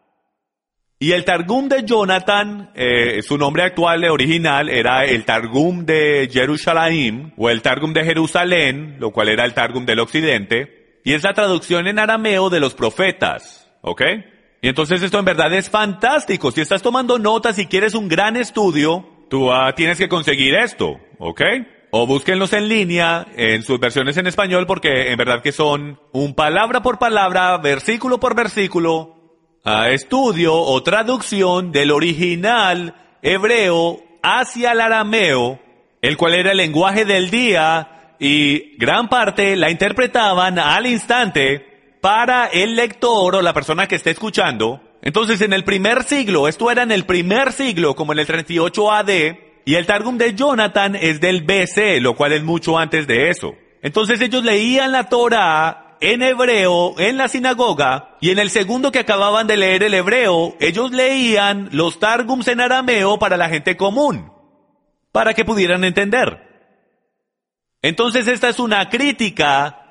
Y el Targum de Jonathan, su nombre actual original era el Targum de Jerusalem, o el Targum de Jerusalén, lo cual era el Targum del Occidente, y es la traducción en arameo de los profetas, ¿ok? Y entonces esto en verdad es fantástico. Si estás tomando notas y quieres un gran estudio, tú tienes que conseguir esto, ¿ok? O búsquenlos en línea, en sus versiones en español, porque en verdad que son un palabra por palabra, versículo por versículo, estudio o traducción del original hebreo hacia el arameo, el cual era el lenguaje del día, y gran parte la interpretaban al instante para el lector o la persona que esté escuchando. Entonces en el primer siglo, esto era en el primer siglo, como en el 38 AD, y el Targum de Jonathan es del BC, lo cual es mucho antes de eso. Entonces ellos leían la Torá en hebreo, en la sinagoga, y en el segundo que acababan de leer el hebreo, ellos leían los Targums en arameo para la gente común, para que pudieran entender. Entonces esta es una crítica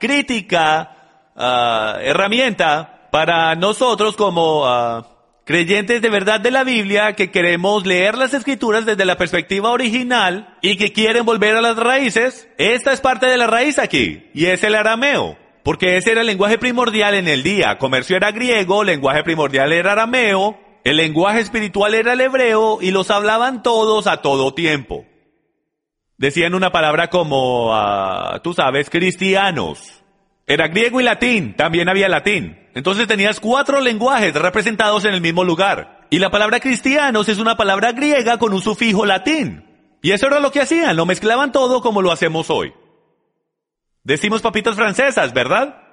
herramienta para nosotros como creyentes de verdad de la Biblia que queremos leer las Escrituras desde la perspectiva original y que quieren volver a las raíces. Esta es parte de la raíz aquí, y es el arameo. Porque ese era el lenguaje primordial en el día. Comercio era griego, lenguaje primordial era arameo, el lenguaje espiritual era el hebreo, y los hablaban todos a todo tiempo. Decían una palabra como, tú sabes, cristianos. Era griego y latín, también había latín. Entonces tenías 4 lenguajes representados en el mismo lugar. Y la palabra cristianos es una palabra griega con un sufijo latín. Y eso era lo que hacían, lo mezclaban todo como lo hacemos hoy. Decimos papitas francesas, ¿verdad?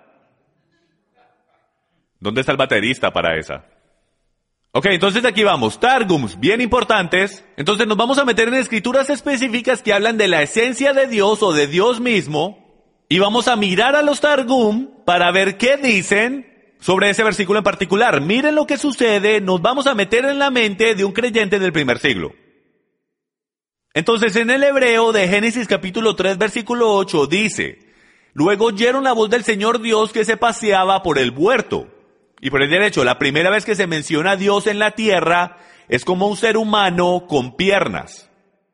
¿Dónde está el baterista para esa? Ok, entonces aquí vamos, Targums, bien importantes. Entonces nos vamos a meter en escrituras específicas que hablan de la esencia de Dios o de Dios mismo. Y vamos a mirar a los Targum para ver qué dicen sobre ese versículo en particular. Miren lo que sucede, nos vamos a meter en la mente de un creyente del primer siglo. Entonces en el hebreo de Génesis capítulo 3 versículo 8 dice: luego oyeron la voz del Señor Dios que se paseaba por el huerto. Y por el derecho, la primera vez que se menciona a Dios en la tierra es como un ser humano con piernas.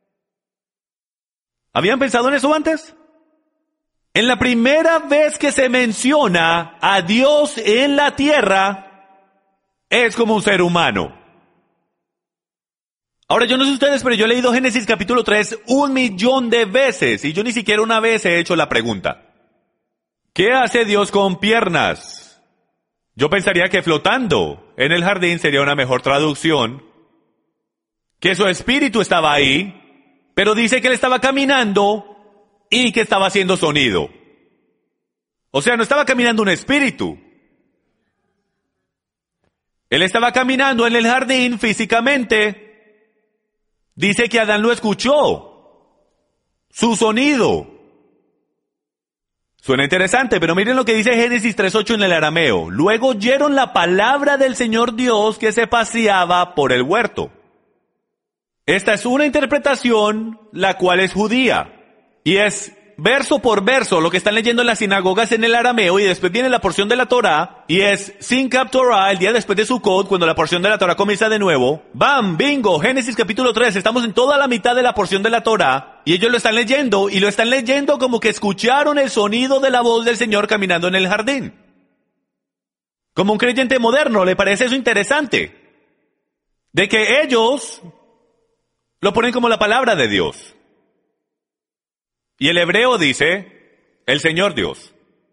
¿Habían pensado en eso antes? En la primera vez que se menciona a Dios en la tierra es como un ser humano. Ahora, yo no sé ustedes, pero yo he leído Génesis capítulo 3 1,000,000 de veces y yo ni siquiera una vez he hecho la pregunta: ¿qué hace Dios con piernas? Yo pensaría que flotando en el jardín sería una mejor traducción, que su espíritu estaba ahí, pero dice que él estaba caminando y que estaba haciendo sonido. O sea, no estaba caminando un espíritu. Él estaba caminando en el jardín físicamente. Dice que Adán lo escuchó, su sonido. Suena interesante, pero miren lo que dice Génesis 3:8 en el arameo. Luego oyeron la palabra del Señor Dios que se paseaba por el huerto. Esta es una interpretación la cual es judía y es verso por verso lo que están leyendo en las sinagogas en el arameo, y después viene la porción de la Torá y es Sinkab Torah, el día después de Sukkot, cuando la porción de la Torá comienza de nuevo. ¡Bam! ¡Bingo! Génesis capítulo 3, estamos en toda la mitad de la porción de la Torá y ellos lo están leyendo y lo están leyendo como que escucharon el sonido de la voz del Señor caminando en el jardín. Como un creyente moderno, ¿le parece eso interesante? De que ellos lo ponen como la palabra de Dios. Y el hebreo dice, el Señor Dios.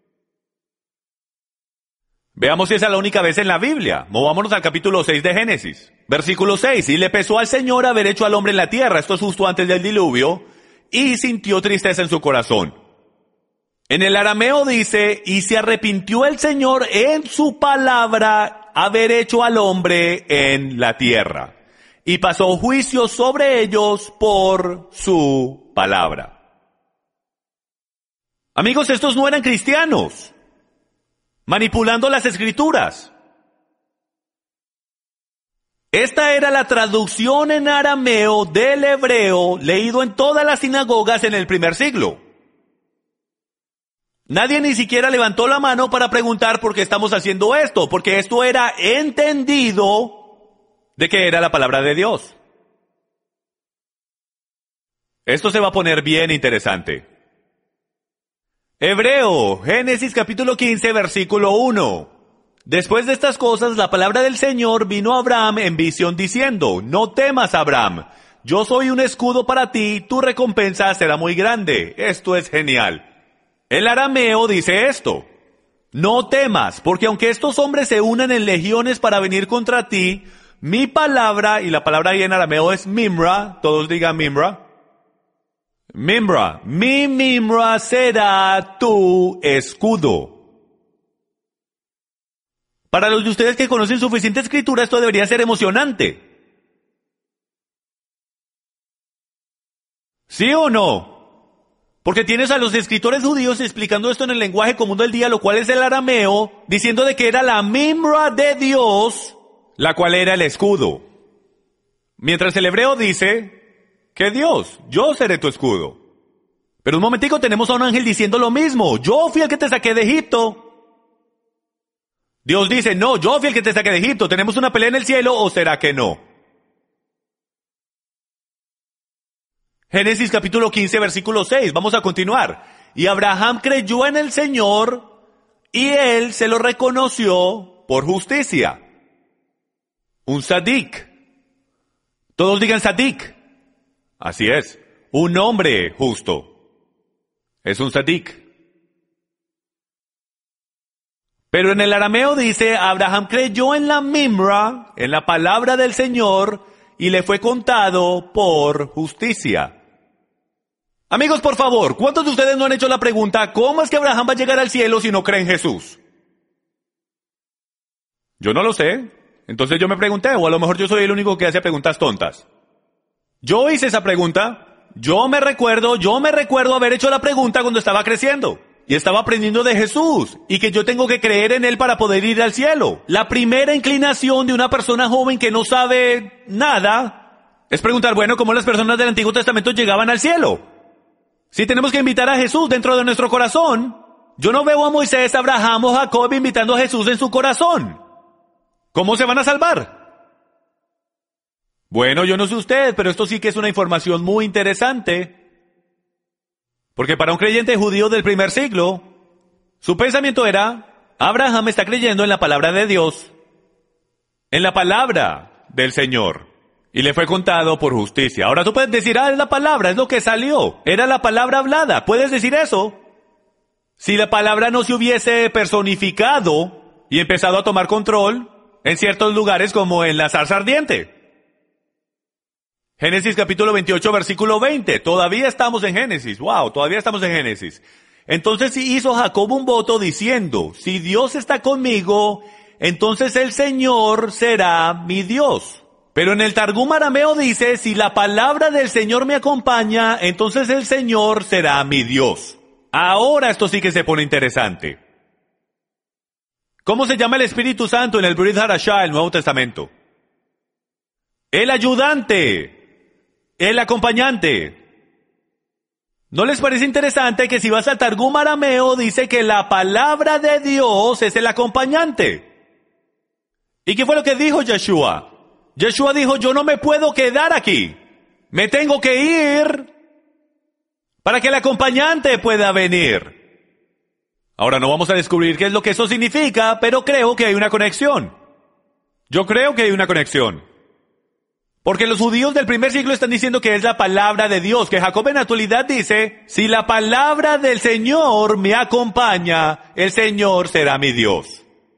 Veamos si esa es la única vez en la Biblia. Movámonos al capítulo 6 de Génesis. Versículo 6. Y le pesó al Señor haber hecho al hombre en la tierra. Esto es justo antes del diluvio. Y sintió tristeza en su corazón. En el arameo dice, y se arrepintió el Señor en su palabra haber hecho al hombre en la tierra. Y pasó juicio sobre ellos por su palabra. Amigos, estos no eran cristianos, manipulando las escrituras. Esta era la traducción en arameo del hebreo leído en todas las sinagogas en el primer siglo. Nadie ni siquiera levantó la mano para preguntar por qué estamos haciendo esto, porque esto era entendido de que era la palabra de Dios. Esto se va a poner bien interesante. Hebreo, Génesis capítulo 15, versículo 1. Después de estas cosas, la palabra del Señor vino a Abraham en visión diciendo, no temas, Abraham, yo soy un escudo para ti, tu recompensa será muy grande. Esto es genial. El arameo dice esto, no temas, porque aunque estos hombres se unan en legiones para venir contra ti, mi palabra, y la palabra ahí en arameo es mimra, todos digan mimra. Mimra, mi mimra será tu escudo. Para los de ustedes que conocen suficiente escritura, esto debería ser emocionante. ¿Sí o no? Porque tienes a los escritores judíos explicando esto en el lenguaje común del día, lo cual es el arameo, diciendo de que era la mimra de Dios, la cual era el escudo. Mientras el hebreo dice que Dios, yo seré tu escudo. Pero un momentico, tenemos a un ángel diciendo lo mismo. Yo fui el que te saqué de Egipto. Dios dice, no, yo fui el que te saqué de Egipto. ¿Tenemos una pelea en el cielo o será que no? Génesis capítulo 15, versículo 6. Vamos a continuar. Y Abraham creyó en el Señor y él se lo reconoció por justicia. Un sadik. Todos digan sadik. Así es, un hombre justo. Es un sadik. Pero en el arameo dice, Abraham creyó en la mimra, en la palabra del Señor, y le fue contado por justicia. Amigos, por favor, ¿cuántos de ustedes no han hecho la pregunta, ¿cómo es que Abraham va a llegar al cielo si no cree en Jesús? Yo no lo sé. Entonces yo me pregunté, o a lo mejor yo soy el único que hace preguntas tontas. Yo hice esa pregunta. Yo me recuerdo haber hecho la pregunta cuando estaba creciendo. Y estaba aprendiendo de Jesús. Y que yo tengo que creer en Él para poder ir al cielo. La primera inclinación de una persona joven que no sabe nada es preguntar, bueno, ¿cómo las personas del Antiguo Testamento llegaban al cielo? Si tenemos que invitar a Jesús dentro de nuestro corazón, yo no veo a Moisés, Abraham o Jacob invitando a Jesús en su corazón. ¿Cómo se van a salvar? Bueno, yo no sé usted, pero esto sí que es una información muy interesante. Porque para un creyente judío del primer siglo, su pensamiento era, Abraham está creyendo en la palabra de Dios, en la palabra del Señor, y le fue contado por justicia. Ahora tú puedes decir, es la palabra, es lo que salió, era la palabra hablada, puedes decir eso. Si la palabra no se hubiese personificado y empezado a tomar control en ciertos lugares como en la zarza ardiente. Génesis capítulo 28, versículo 20. Todavía estamos en Génesis. Wow, todavía estamos en Génesis. Entonces hizo Jacob un voto diciendo, si Dios está conmigo, entonces el Señor será mi Dios. Pero en el Targum arameo dice, si la palabra del Señor me acompaña, entonces el Señor será mi Dios. Ahora esto sí que se pone interesante. ¿Cómo se llama el Espíritu Santo en el Brit Hadashah, el Nuevo Testamento? El ayudante. El acompañante. ¿No les parece interesante que si vas al Targum arameo dice que la palabra de Dios es el acompañante? ¿Y qué fue lo que dijo Yeshua? Yeshua dijo, yo no me puedo quedar aquí. Me tengo que ir para que el acompañante pueda venir. Ahora no vamos a descubrir qué es lo que eso significa, pero creo que hay una conexión. Yo creo que hay una conexión. Porque los judíos del primer siglo están diciendo que es la palabra de Dios, que Jacob en la actualidad dice, si la palabra del Señor me acompaña, el Señor será mi Dios.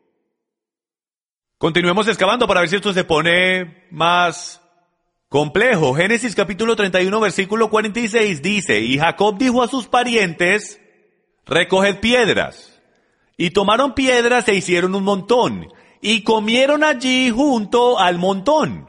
Continuemos excavando para ver si esto se pone más complejo. Génesis capítulo 31, versículo 46 dice, y Jacob dijo a sus parientes, recoged piedras. Y tomaron piedras e hicieron un montón, y comieron allí junto al montón.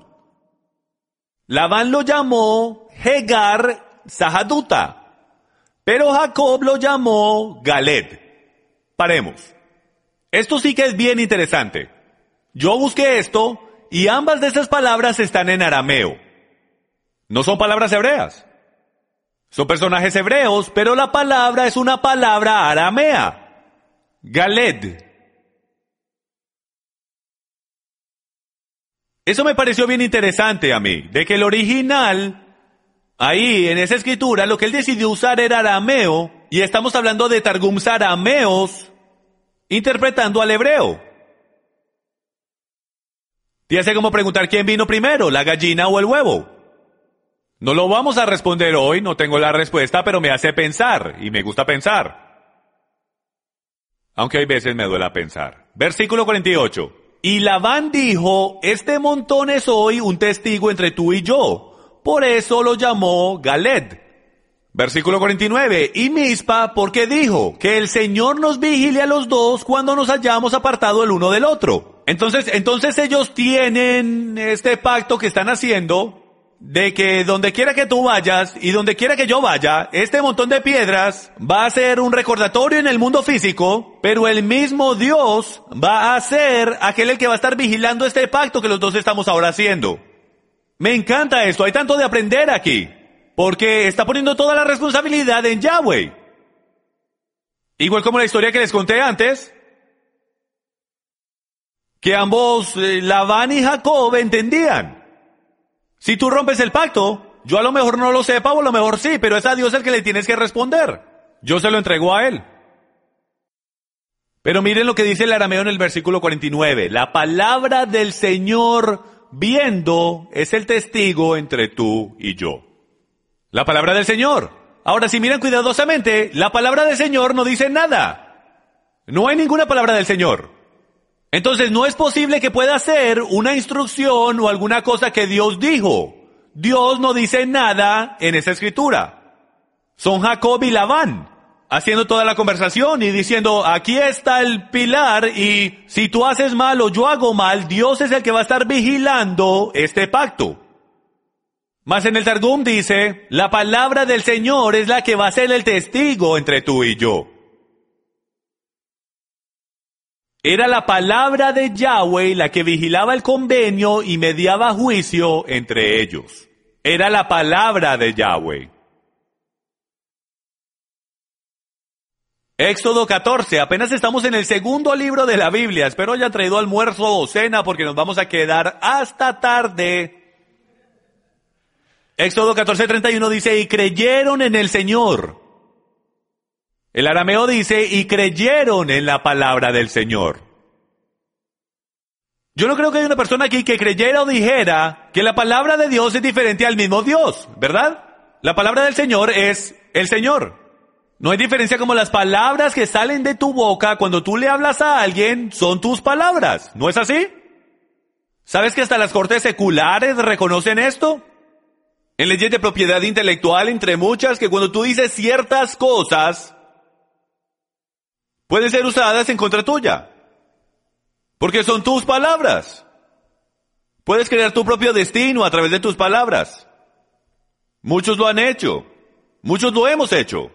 Labán lo llamó Hegar Sahaduta, pero Jacob lo llamó Galed. Paremos. Esto sí que es bien interesante. Yo busqué esto y ambas de esas palabras están en arameo. No son palabras hebreas. Son personajes hebreos, pero la palabra es una palabra aramea. Galed. Eso me pareció bien interesante a mí, de que el original, ahí en esa escritura, lo que él decidió usar era arameo, y estamos hablando de targums arameos, interpretando al hebreo. Te hace como preguntar quién vino primero, la gallina o el huevo. No lo vamos a responder hoy, no tengo la respuesta, pero me hace pensar, y me gusta pensar. Aunque hay veces me duele pensar. Versículo 48. Y Labán dijo, este montón es hoy un testigo entre tú y yo. Por eso lo llamó Galed. Versículo 49. Y Mispa, porque dijo, que el Señor nos vigile a los dos cuando nos hayamos apartado el uno del otro. Entonces ellos tienen este pacto que están haciendo, de que donde quiera que tú vayas y donde quiera que yo vaya, este montón de piedras va a ser un recordatorio en el mundo físico, pero el mismo Dios va a ser aquel el que va a estar vigilando este pacto que los dos estamos ahora haciendo. Me encanta esto, hay tanto de aprender aquí, porque está poniendo toda la responsabilidad en Yahweh. Igual como la historia que les conté antes, que ambos, Labán y Jacob, entendían. Si tú rompes el pacto, yo a lo mejor no lo sepa o a lo mejor sí, pero es a Dios el que le tienes que responder. Yo se lo entrego a Él. Pero miren lo que dice el arameo en el versículo 49. La palabra del Señor viendo es el testigo entre tú y yo. La palabra del Señor. Ahora, si miran cuidadosamente, la palabra del Señor no dice nada. No hay ninguna palabra del Señor. Entonces no es posible que pueda ser una instrucción o alguna cosa que Dios dijo. Dios no dice nada en esa escritura. Son Jacob y Labán. haciendo toda la conversación y diciendo, aquí está el pilar y si tú haces mal o yo hago mal, Dios es el que va a estar vigilando este pacto. Mas en el Targum dice, la palabra del Señor es la que va a ser el testigo entre tú y yo. Era la palabra de Yahweh la que vigilaba el convenio y mediaba juicio entre ellos. Era la palabra de Yahweh. Éxodo 14, apenas estamos en el segundo libro de la Biblia. Espero hayan traído almuerzo o cena porque nos vamos a quedar hasta tarde. Éxodo 14:31 dice, y creyeron en el Señor. El arameo dice, y creyeron en la palabra del Señor. Yo no creo que haya una persona aquí que creyera o dijera que la palabra de Dios es diferente al mismo Dios, ¿verdad? La palabra del Señor es el Señor. No hay diferencia como las palabras que salen de tu boca cuando tú le hablas a alguien son tus palabras, ¿no es así? ¿Sabes que hasta las cortes seculares reconocen esto? En leyes de propiedad intelectual, entre muchas, que cuando tú dices ciertas cosas, pueden ser usadas en contra tuya. Porque son tus palabras. Puedes crear tu propio destino a través de tus palabras. Muchos lo han hecho. Muchos lo hemos hecho.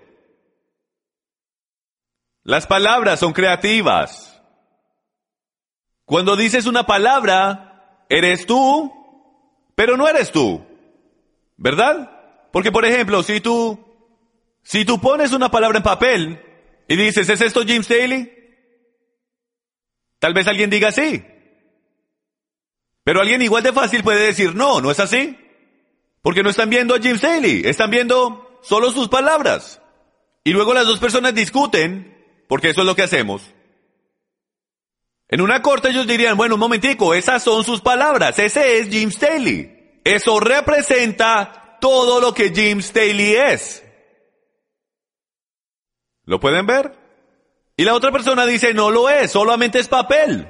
Las palabras son creativas. Cuando dices una palabra, eres tú, pero no eres tú. ¿Verdad? Porque, por ejemplo, si tú pones una palabra en papel y dices, ¿es esto Jim Staley? Tal vez alguien diga sí. Pero alguien igual de fácil puede decir no, ¿no es así? Porque no están viendo a Jim Staley, están viendo solo sus palabras. Y luego las dos personas discuten, porque eso es lo que hacemos. En una corte ellos dirían, bueno, un momentico, esas son sus palabras, ese es Jim Staley. Eso representa todo lo que Jim Staley es. ¿Lo pueden ver? Y la otra persona dice, no lo es, solamente es papel.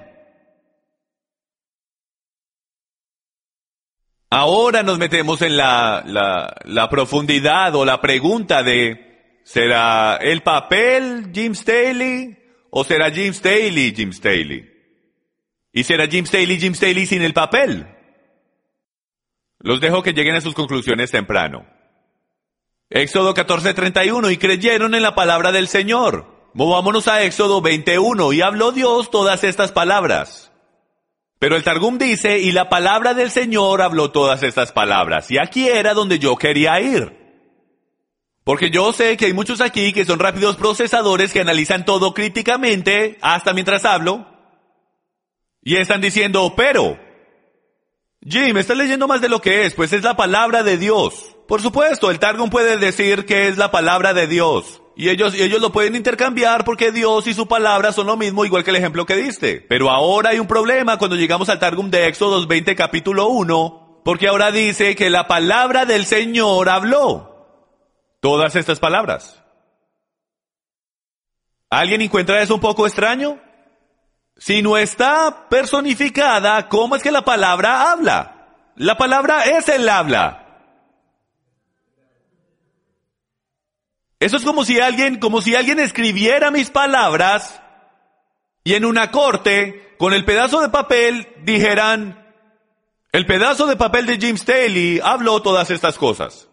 Ahora nos metemos en la profundidad o la pregunta de, ¿será el papel Jim Staley o será Jim Staley Jim Staley? ¿Y será Jim Staley sin el papel? Los dejo que lleguen a sus conclusiones temprano. Éxodo 14:31, y creyeron en la palabra del Señor. Movámonos a Éxodo 21, y habló Dios todas estas palabras. Pero el Targum dice, y la palabra del Señor habló todas estas palabras. Y aquí era donde yo quería ir. Porque yo sé que hay muchos aquí que son rápidos procesadores que analizan todo críticamente, hasta mientras hablo. Y están diciendo, pero, Jim, estás leyendo más de lo que es, pues es la palabra de Dios. Por supuesto, el Targum puede decir que es la palabra de Dios. Y ellos lo pueden intercambiar porque Dios y su palabra son lo mismo, igual que el ejemplo que diste. Pero ahora hay un problema cuando llegamos al Targum de Éxodo 20, capítulo 1, porque ahora dice que la palabra del Señor habló todas estas palabras. ¿Alguien encuentra eso un poco extraño? Si no está personificada, ¿cómo es que la palabra habla? La palabra es el habla. Eso es como si alguien escribiera mis palabras y en una corte, con el pedazo de papel, dijeran, el pedazo de papel de Jim Staley habló todas estas cosas.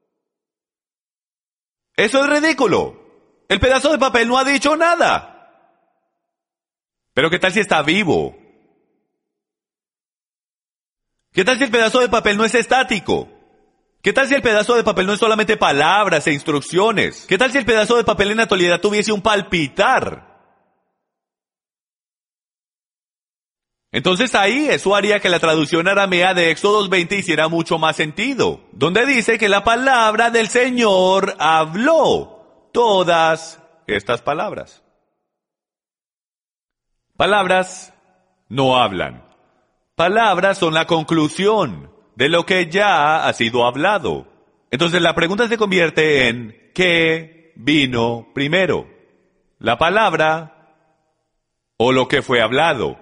Eso es ridículo. El pedazo de papel no ha dicho nada. Pero ¿qué tal si está vivo? ¿Qué tal si el pedazo de papel no es estático? ¿Qué tal si el pedazo de papel no es solamente palabras e instrucciones? ¿Qué tal si el pedazo de papel en la actualidad tuviese un palpitar? Entonces ahí eso haría que la traducción aramea de Éxodo 20 hiciera mucho más sentido, donde dice que la palabra del Señor habló todas estas palabras. Palabras no hablan. Palabras son la conclusión de lo que ya ha sido hablado. Entonces la pregunta se convierte en ¿qué vino primero? ¿La palabra o lo que fue hablado?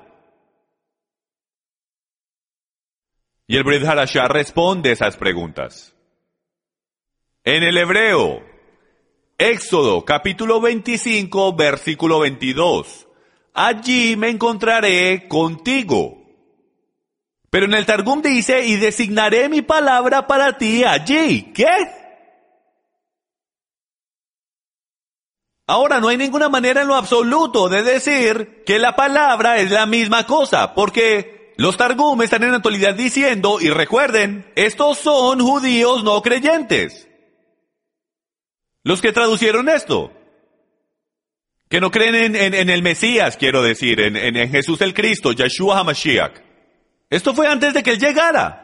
Y el Brit Hadashah responde esas preguntas. En el hebreo, Éxodo, capítulo 25, versículo 22. Allí me encontraré contigo. Pero en el Targum dice, y designaré mi palabra para ti allí. ¿Qué? Ahora, no hay ninguna manera en lo absoluto de decir que la palabra es la misma cosa, porque los Targum están en la actualidad diciendo, y recuerden, estos son judíos no creyentes. Los que traducieron esto. Que no creen en el Mesías, quiero decir, en Jesús el Cristo, Yeshua HaMashiach. Esto fue antes de que él llegara.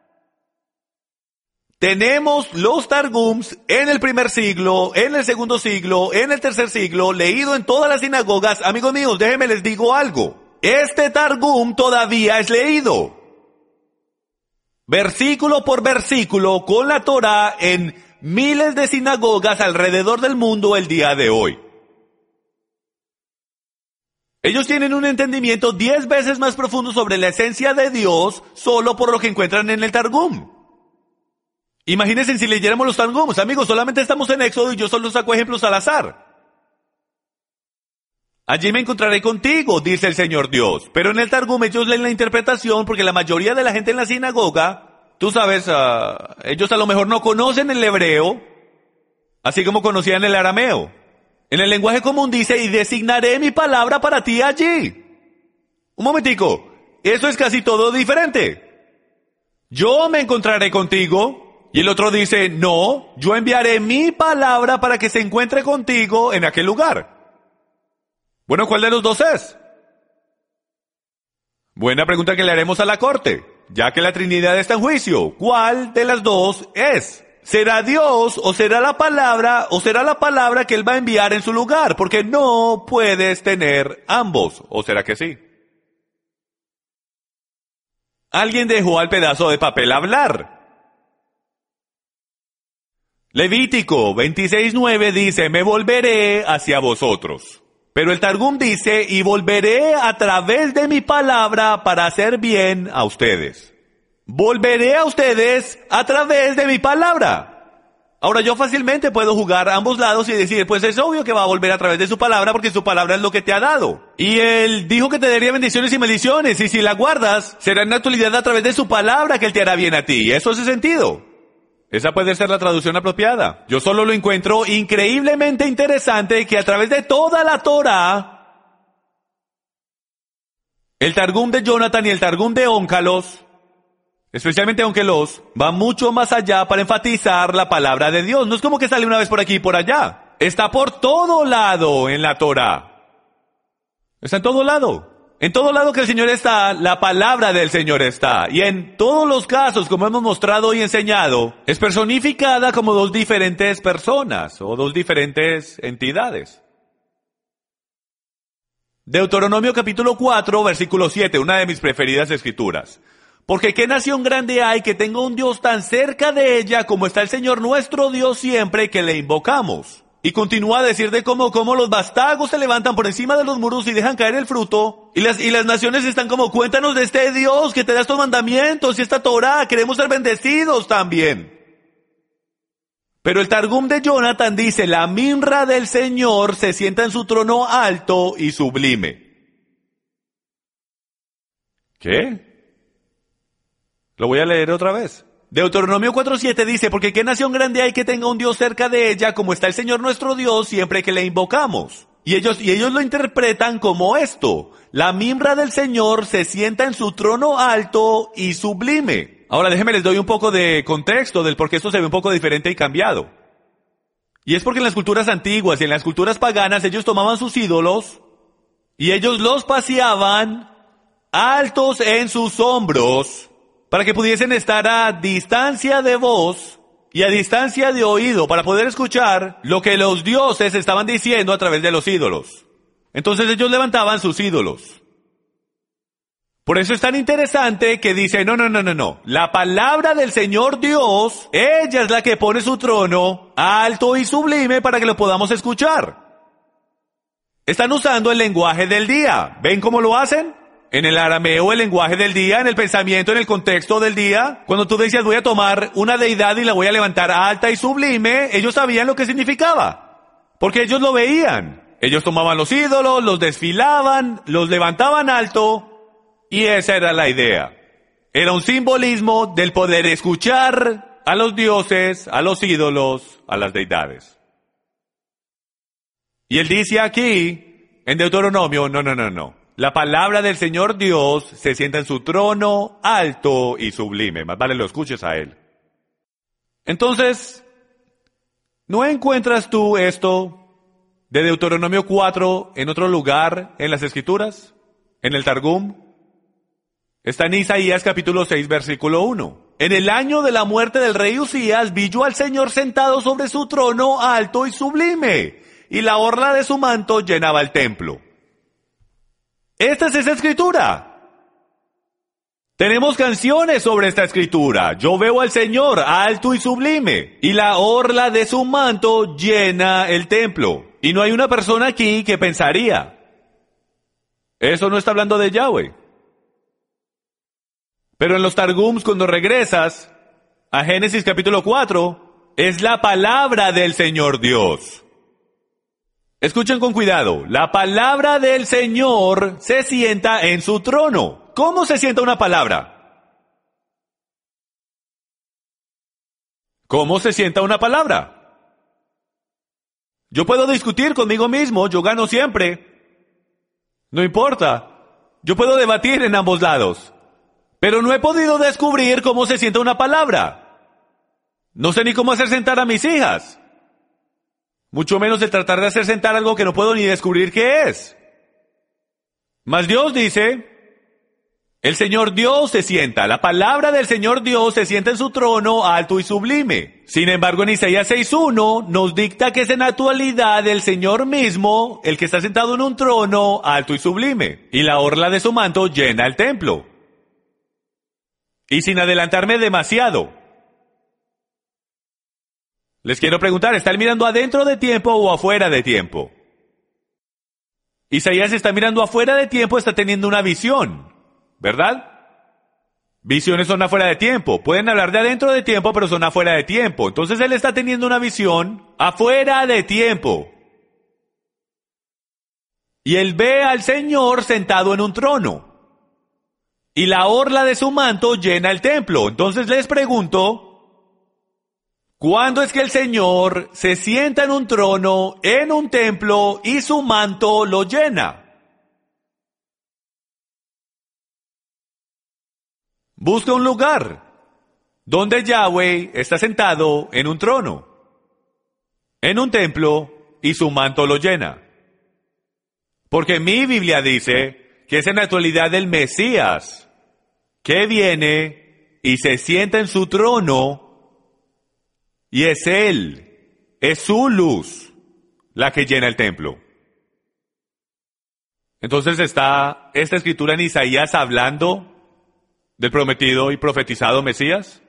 Tenemos los Targums en el primer siglo, en el segundo siglo, en el tercer siglo, leído en todas las sinagogas. Amigos míos, déjenme les digo algo. Este Targum todavía es leído. Versículo por versículo con la Torá en miles de sinagogas alrededor del mundo el día de hoy. Ellos tienen un entendimiento 10 veces más profundo sobre la esencia de Dios solo por lo que encuentran en el Targum. Imagínense si leyéramos los Targums. Amigos, solamente estamos en Éxodo y yo solo saco ejemplos al azar. Allí me encontraré contigo, dice el Señor Dios. Pero en el Targum ellos leen la interpretación porque la mayoría de la gente en la sinagoga, tú sabes, ellos a lo mejor no conocen el hebreo, así como conocían el arameo. En el lenguaje común dice, y designaré mi palabra para ti allí. Un momentico, eso es casi todo diferente. Yo me encontraré contigo, y el otro dice, no, yo enviaré mi palabra para que se encuentre contigo en aquel lugar. Bueno, ¿cuál de los dos es? Buena pregunta que le haremos a la corte, ya que la Trinidad está en juicio. ¿Cuál de las dos es? ¿Será Dios o será la palabra que Él va a enviar en su lugar? Porque no puedes tener ambos. ¿O será que sí? Alguien dejó al pedazo de papel hablar. Levítico 26:9 dice, me volveré hacia vosotros. Pero el Targum dice, y volveré a través de mi palabra para hacer bien a ustedes. Volveré a ustedes a través de mi palabra. Ahora yo fácilmente puedo jugar a ambos lados y decir, pues es obvio que va a volver a través de su palabra porque su palabra es lo que te ha dado. Y Él dijo que te daría bendiciones y maldiciones y si la guardas, será en la actualidad a través de su palabra que Él te hará bien a ti. Eso hace sentido. Esa puede ser la traducción apropiada. Yo solo lo encuentro increíblemente interesante que a través de toda la Torá, el Targum de Jonathan y el Targum de Óncalos, especialmente Onkelos, va mucho más allá para enfatizar la palabra de Dios. No es como que sale una vez por aquí y por allá. Está por todo lado en la Torá. Está en todo lado. En todo lado que el Señor está, la palabra del Señor está. Y en todos los casos, como hemos mostrado y enseñado, es personificada como dos diferentes personas o dos diferentes entidades. Deuteronomio capítulo 4, versículo 7, una de mis preferidas escrituras. Porque qué nación grande hay que tenga un Dios tan cerca de ella como está el Señor nuestro Dios siempre que le invocamos. Y continúa a decir de cómo los vástagos se levantan por encima de los muros y dejan caer el fruto. Y las naciones están como, cuéntanos de este Dios que te da estos mandamientos y esta Torá, queremos ser bendecidos también. Pero el Targum de Jonathan dice, la minra del Señor se sienta en su trono alto y sublime. ¿Qué? Lo voy a leer otra vez. Deuteronomio 4:7 dice, porque qué nación grande hay que tenga un Dios cerca de ella, como está el Señor nuestro Dios siempre que le invocamos. Y ellos lo interpretan como esto. La minra del Señor se sienta en su trono alto y sublime. Ahora déjenme les doy un poco de contexto del por qué esto se ve un poco diferente y cambiado. Y es porque en las culturas antiguas y en las culturas paganas ellos tomaban sus ídolos y ellos los paseaban altos en sus hombros para que pudiesen estar a distancia de voz y a distancia de oído para poder escuchar lo que los dioses estaban diciendo a través de los ídolos. Entonces ellos levantaban sus ídolos. Por eso es tan interesante que dice, no. La palabra del Señor Dios, ella es la que pone su trono alto y sublime para que lo podamos escuchar. Están usando el lenguaje del día. ¿Ven cómo lo hacen? En el arameo, el lenguaje del día, en el pensamiento, en el contexto del día. Cuando tú decías, voy a tomar una deidad y la voy a levantar alta y sublime, ellos sabían lo que significaba. Porque ellos lo veían. Ellos tomaban los ídolos, los desfilaban, los levantaban alto, y esa era la idea. Era un simbolismo del poder escuchar a los dioses, a los ídolos, a las deidades. Y él dice aquí, en Deuteronomio, no. La palabra del Señor Dios se sienta en su trono alto y sublime. Más vale lo escuches a él. Entonces, ¿no encuentras tú esto de Deuteronomio 4 en otro lugar en las Escrituras? ¿En el Targum? Está en Isaías capítulo 6, versículo 1. En el año de la muerte del rey Usías, vi yo al Señor sentado sobre su trono alto y sublime, y la orla de su manto llenaba el templo. Esta es esa escritura. Tenemos canciones sobre esta escritura. Yo veo al Señor alto y sublime, y la orla de su manto llena el templo. Y no hay una persona aquí que pensaría, eso no está hablando de Yahweh. Pero en los Targums, cuando regresas a Génesis capítulo 4, es la palabra del Señor Dios. Escuchen con cuidado, la palabra del Señor se sienta en su trono. ¿Cómo se sienta una palabra? ¿Cómo se sienta una palabra? Yo puedo discutir conmigo mismo, yo gano siempre. No importa, yo puedo debatir en ambos lados. Pero no he podido descubrir cómo se sienta una palabra. No sé ni cómo hacer sentar a mis hijas. Mucho menos el tratar de hacer sentar algo que no puedo ni descubrir qué es. Mas Dios dice, el Señor Dios se sienta, la palabra del Señor Dios se sienta en su trono alto y sublime. Sin embargo, en Isaías 6:1 nos dicta que es en la actualidad el Señor mismo el que está sentado en un trono alto y sublime, y la orla de su manto llena el templo. Y sin adelantarme demasiado, les quiero preguntar, ¿están mirando adentro de tiempo o afuera de tiempo? Isaías está mirando afuera de tiempo, está teniendo una visión, ¿verdad? Visiones son afuera de tiempo. Pueden hablar de adentro de tiempo, pero son afuera de tiempo. Entonces él está teniendo una visión afuera de tiempo. Y él ve al Señor sentado en un trono. Y la orla de su manto llena el templo. Entonces les pregunto, ¿cuándo es que el Señor se sienta en un trono, en un templo, y su manto lo llena? Busca un lugar donde Yahweh está sentado en un trono, en un templo, y su manto lo llena. Porque mi Biblia dice que es en la actualidad el Mesías que viene y se sienta en su trono, y es Él, es su luz la que llena el templo. Entonces está esta escritura en Isaías hablando del prometido y profetizado Mesías.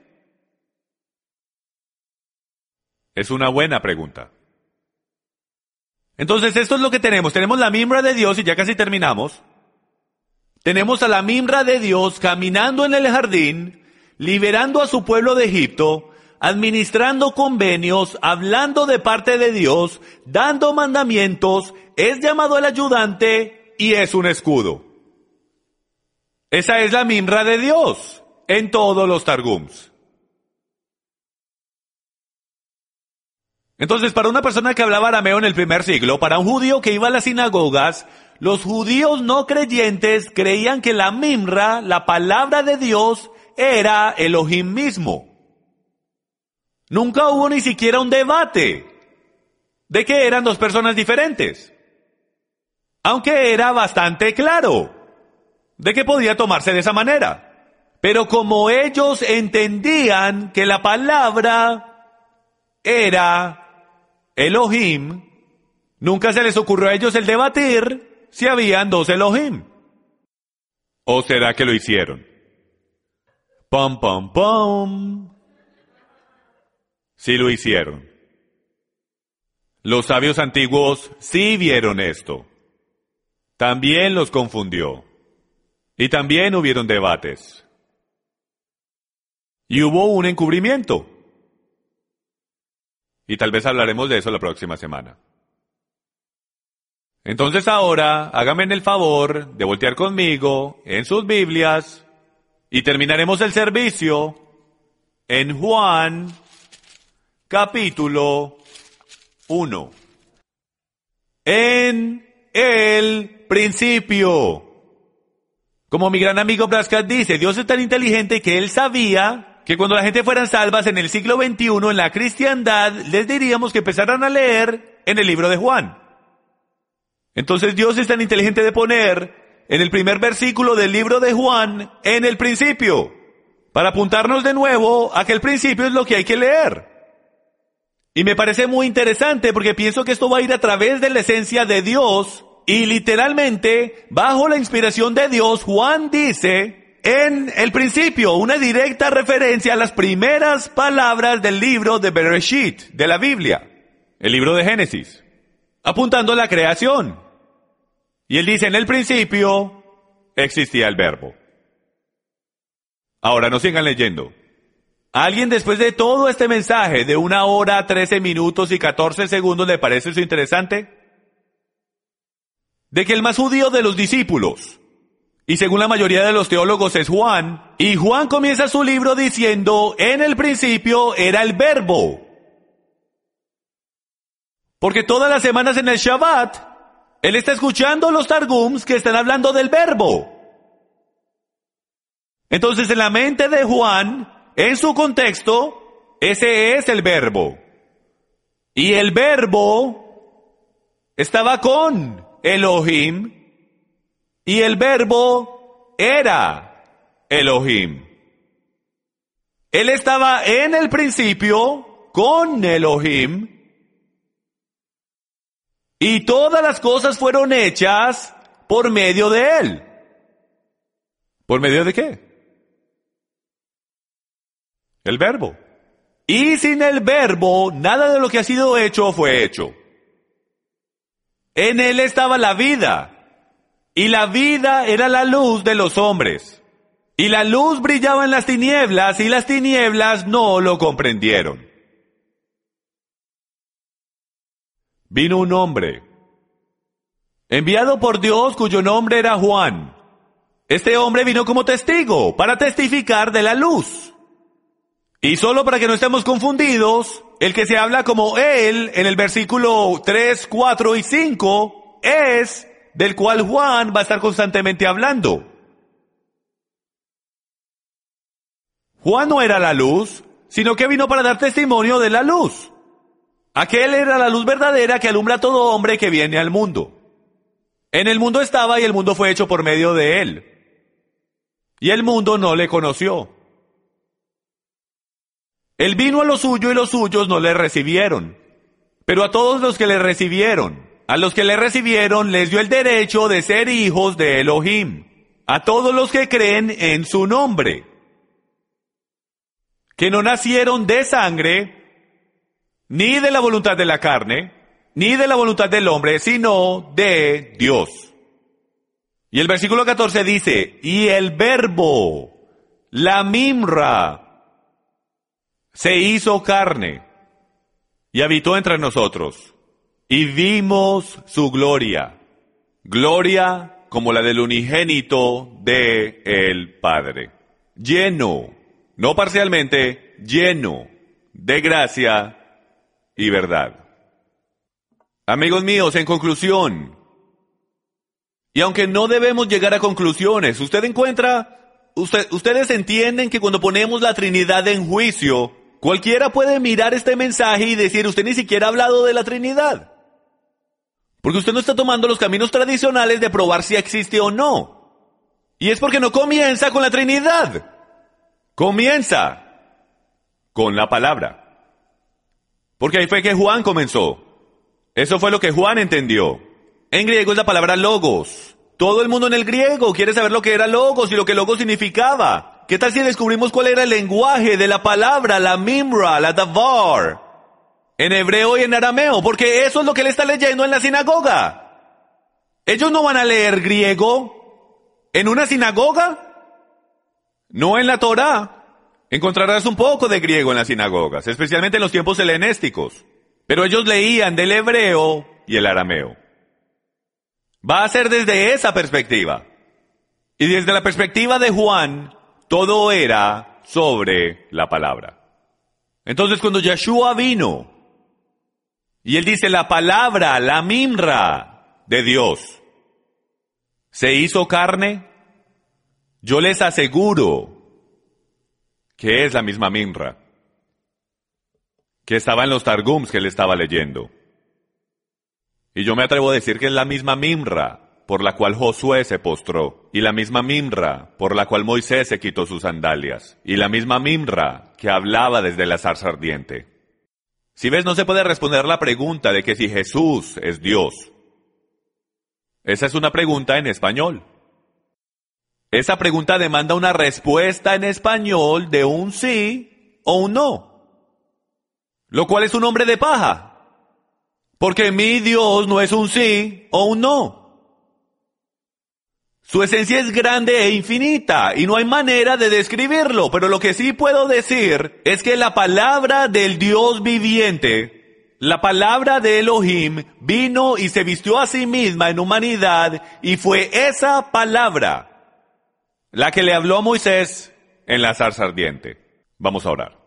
Es una buena pregunta. Entonces esto es lo que tenemos. Tenemos la mimbra de Dios y ya casi terminamos. Tenemos a la mimbra de Dios caminando en el jardín, liberando a su pueblo de Egipto, administrando convenios, hablando de parte de Dios, dando mandamientos, es llamado el ayudante y es un escudo. Esa es la mimbra de Dios en todos los Targums. Entonces, para una persona que hablaba arameo en el primer siglo, para un judío que iba a las sinagogas, los judíos no creyentes creían que la mimbra, la palabra de Dios, era Elohim mismo. Nunca hubo ni siquiera un debate de que eran dos personas diferentes. Aunque era bastante claro de que podía tomarse de esa manera. Pero como ellos entendían que la palabra era Elohim, nunca se les ocurrió a ellos el debatir si habían dos Elohim. ¿O será que lo hicieron? ¡Pum, pum, pum! Sí lo hicieron. Los sabios antiguos sí vieron esto. También los confundió. Y también hubieron debates. Y hubo un encubrimiento. Y tal vez hablaremos de eso la próxima semana. Entonces ahora, háganme el favor de voltear conmigo en sus Biblias y terminaremos el servicio en Juan capítulo 1. En el principio. Como mi gran amigo Brascat dice, Dios es tan inteligente que Él sabía que cuando la gente fueran salvas en el siglo XXI, en la cristiandad, les diríamos que empezaran a leer en el libro de Juan. Entonces Dios es tan inteligente de poner en el primer versículo del libro de Juan, en el principio, para apuntarnos de nuevo a que el principio es lo que hay que leer. Y me parece muy interesante porque pienso que esto va a ir a través de la esencia de Dios y literalmente, bajo la inspiración de Dios, Juan dice, en el principio, una directa referencia a las primeras palabras del libro de Bereshit, de la Biblia, el libro de Génesis, apuntando a la creación. Y él dice, en el principio existía el verbo. Ahora no sigan leyendo. ¿A alguien después de todo este mensaje de 1 hora, 13 minutos y 14 segundos le parece eso interesante? De que el más judío de los discípulos, y según la mayoría de los teólogos es Juan, y Juan comienza su libro diciendo, en el principio era el verbo. Porque todas las semanas en el Shabbat, él está escuchando los Targums que están hablando del verbo. Entonces en la mente de Juan, en su contexto, ese es el verbo. Y el verbo estaba con Elohim, y el verbo era Elohim. Él estaba en el principio con Elohim, y todas las cosas fueron hechas por medio de él. ¿Por medio de qué? El verbo. Y sin el verbo, nada de lo que ha sido hecho fue hecho. En él estaba la vida, y la vida era la luz de los hombres. Y la luz brillaba en las tinieblas, y las tinieblas no lo comprendieron. Vino un hombre, enviado por Dios, cuyo nombre era Juan. Este hombre vino como testigo, para testificar de la luz. Y solo para que no estemos confundidos, el que se habla como él en el versículo 3, 4 y 5 es del cual Juan va a estar constantemente hablando. Juan no era la luz, sino que vino para dar testimonio de la luz. Aquel era la luz verdadera que alumbra a todo hombre que viene al mundo. En el mundo estaba y el mundo fue hecho por medio de él. Y el mundo no le conoció. Él vino a lo suyo y los suyos no le recibieron. Pero a todos los que le recibieron, a los que le recibieron les dio el derecho de ser hijos de Elohim. A todos los que creen en su nombre. Que no nacieron de sangre, ni de la voluntad de la carne, ni de la voluntad del hombre, sino de Dios. Y el versículo 14 dice, y el verbo, la mimra, se hizo carne, y habitó entre nosotros, y vimos su gloria, gloria como la del unigénito de el Padre, lleno, no parcialmente, lleno de gracia y verdad. Amigos míos, en conclusión, y aunque no debemos llegar a conclusiones, ustedes entienden que cuando ponemos la Trinidad en juicio, cualquiera puede mirar este mensaje y decir, usted ni siquiera ha hablado de la Trinidad. Porque usted no está tomando los caminos tradicionales de probar si existe o no. Y es porque no comienza con la Trinidad. Comienza con la palabra. Porque ahí fue que Juan comenzó. Eso fue lo que Juan entendió. En griego es la palabra logos. Todo el mundo en el griego quiere saber lo que era logos y lo que logos significaba. ¿Qué tal si descubrimos cuál era el lenguaje de la palabra, la mimra, la davar? En hebreo y en arameo, porque eso es lo que él está leyendo en la sinagoga. Ellos no van a leer griego en una sinagoga, no en la Torá. Encontrarás un poco de griego en las sinagogas, especialmente en los tiempos helenísticos. Pero ellos leían del hebreo y el arameo. Va a ser desde esa perspectiva. Y desde la perspectiva de Juan, todo era sobre la palabra. Entonces cuando Yeshua vino, y él dice la palabra, la mimra de Dios, se hizo carne, yo les aseguro que es la misma mimra que estaba en los Targums que él estaba leyendo. Y yo me atrevo a decir que es la misma mimra por la cual Josué se postró, y la misma mimra por la cual Moisés se quitó sus sandalias, y la misma mimra que hablaba desde la zarza ardiente. Si ves, no se puede responder la pregunta de que si Jesús es Dios. Esa es una pregunta en español. Esa pregunta demanda una respuesta en español de un sí o un no, lo cual es un hombre de paja. Porque mi Dios no es un sí o un no. Su esencia es grande e infinita y no hay manera de describirlo, pero lo que sí puedo decir es que la palabra del Dios viviente, la palabra de Elohim, vino y se vistió a sí misma en humanidad y fue esa palabra la que le habló a Moisés en la zarza ardiente. Vamos a orar.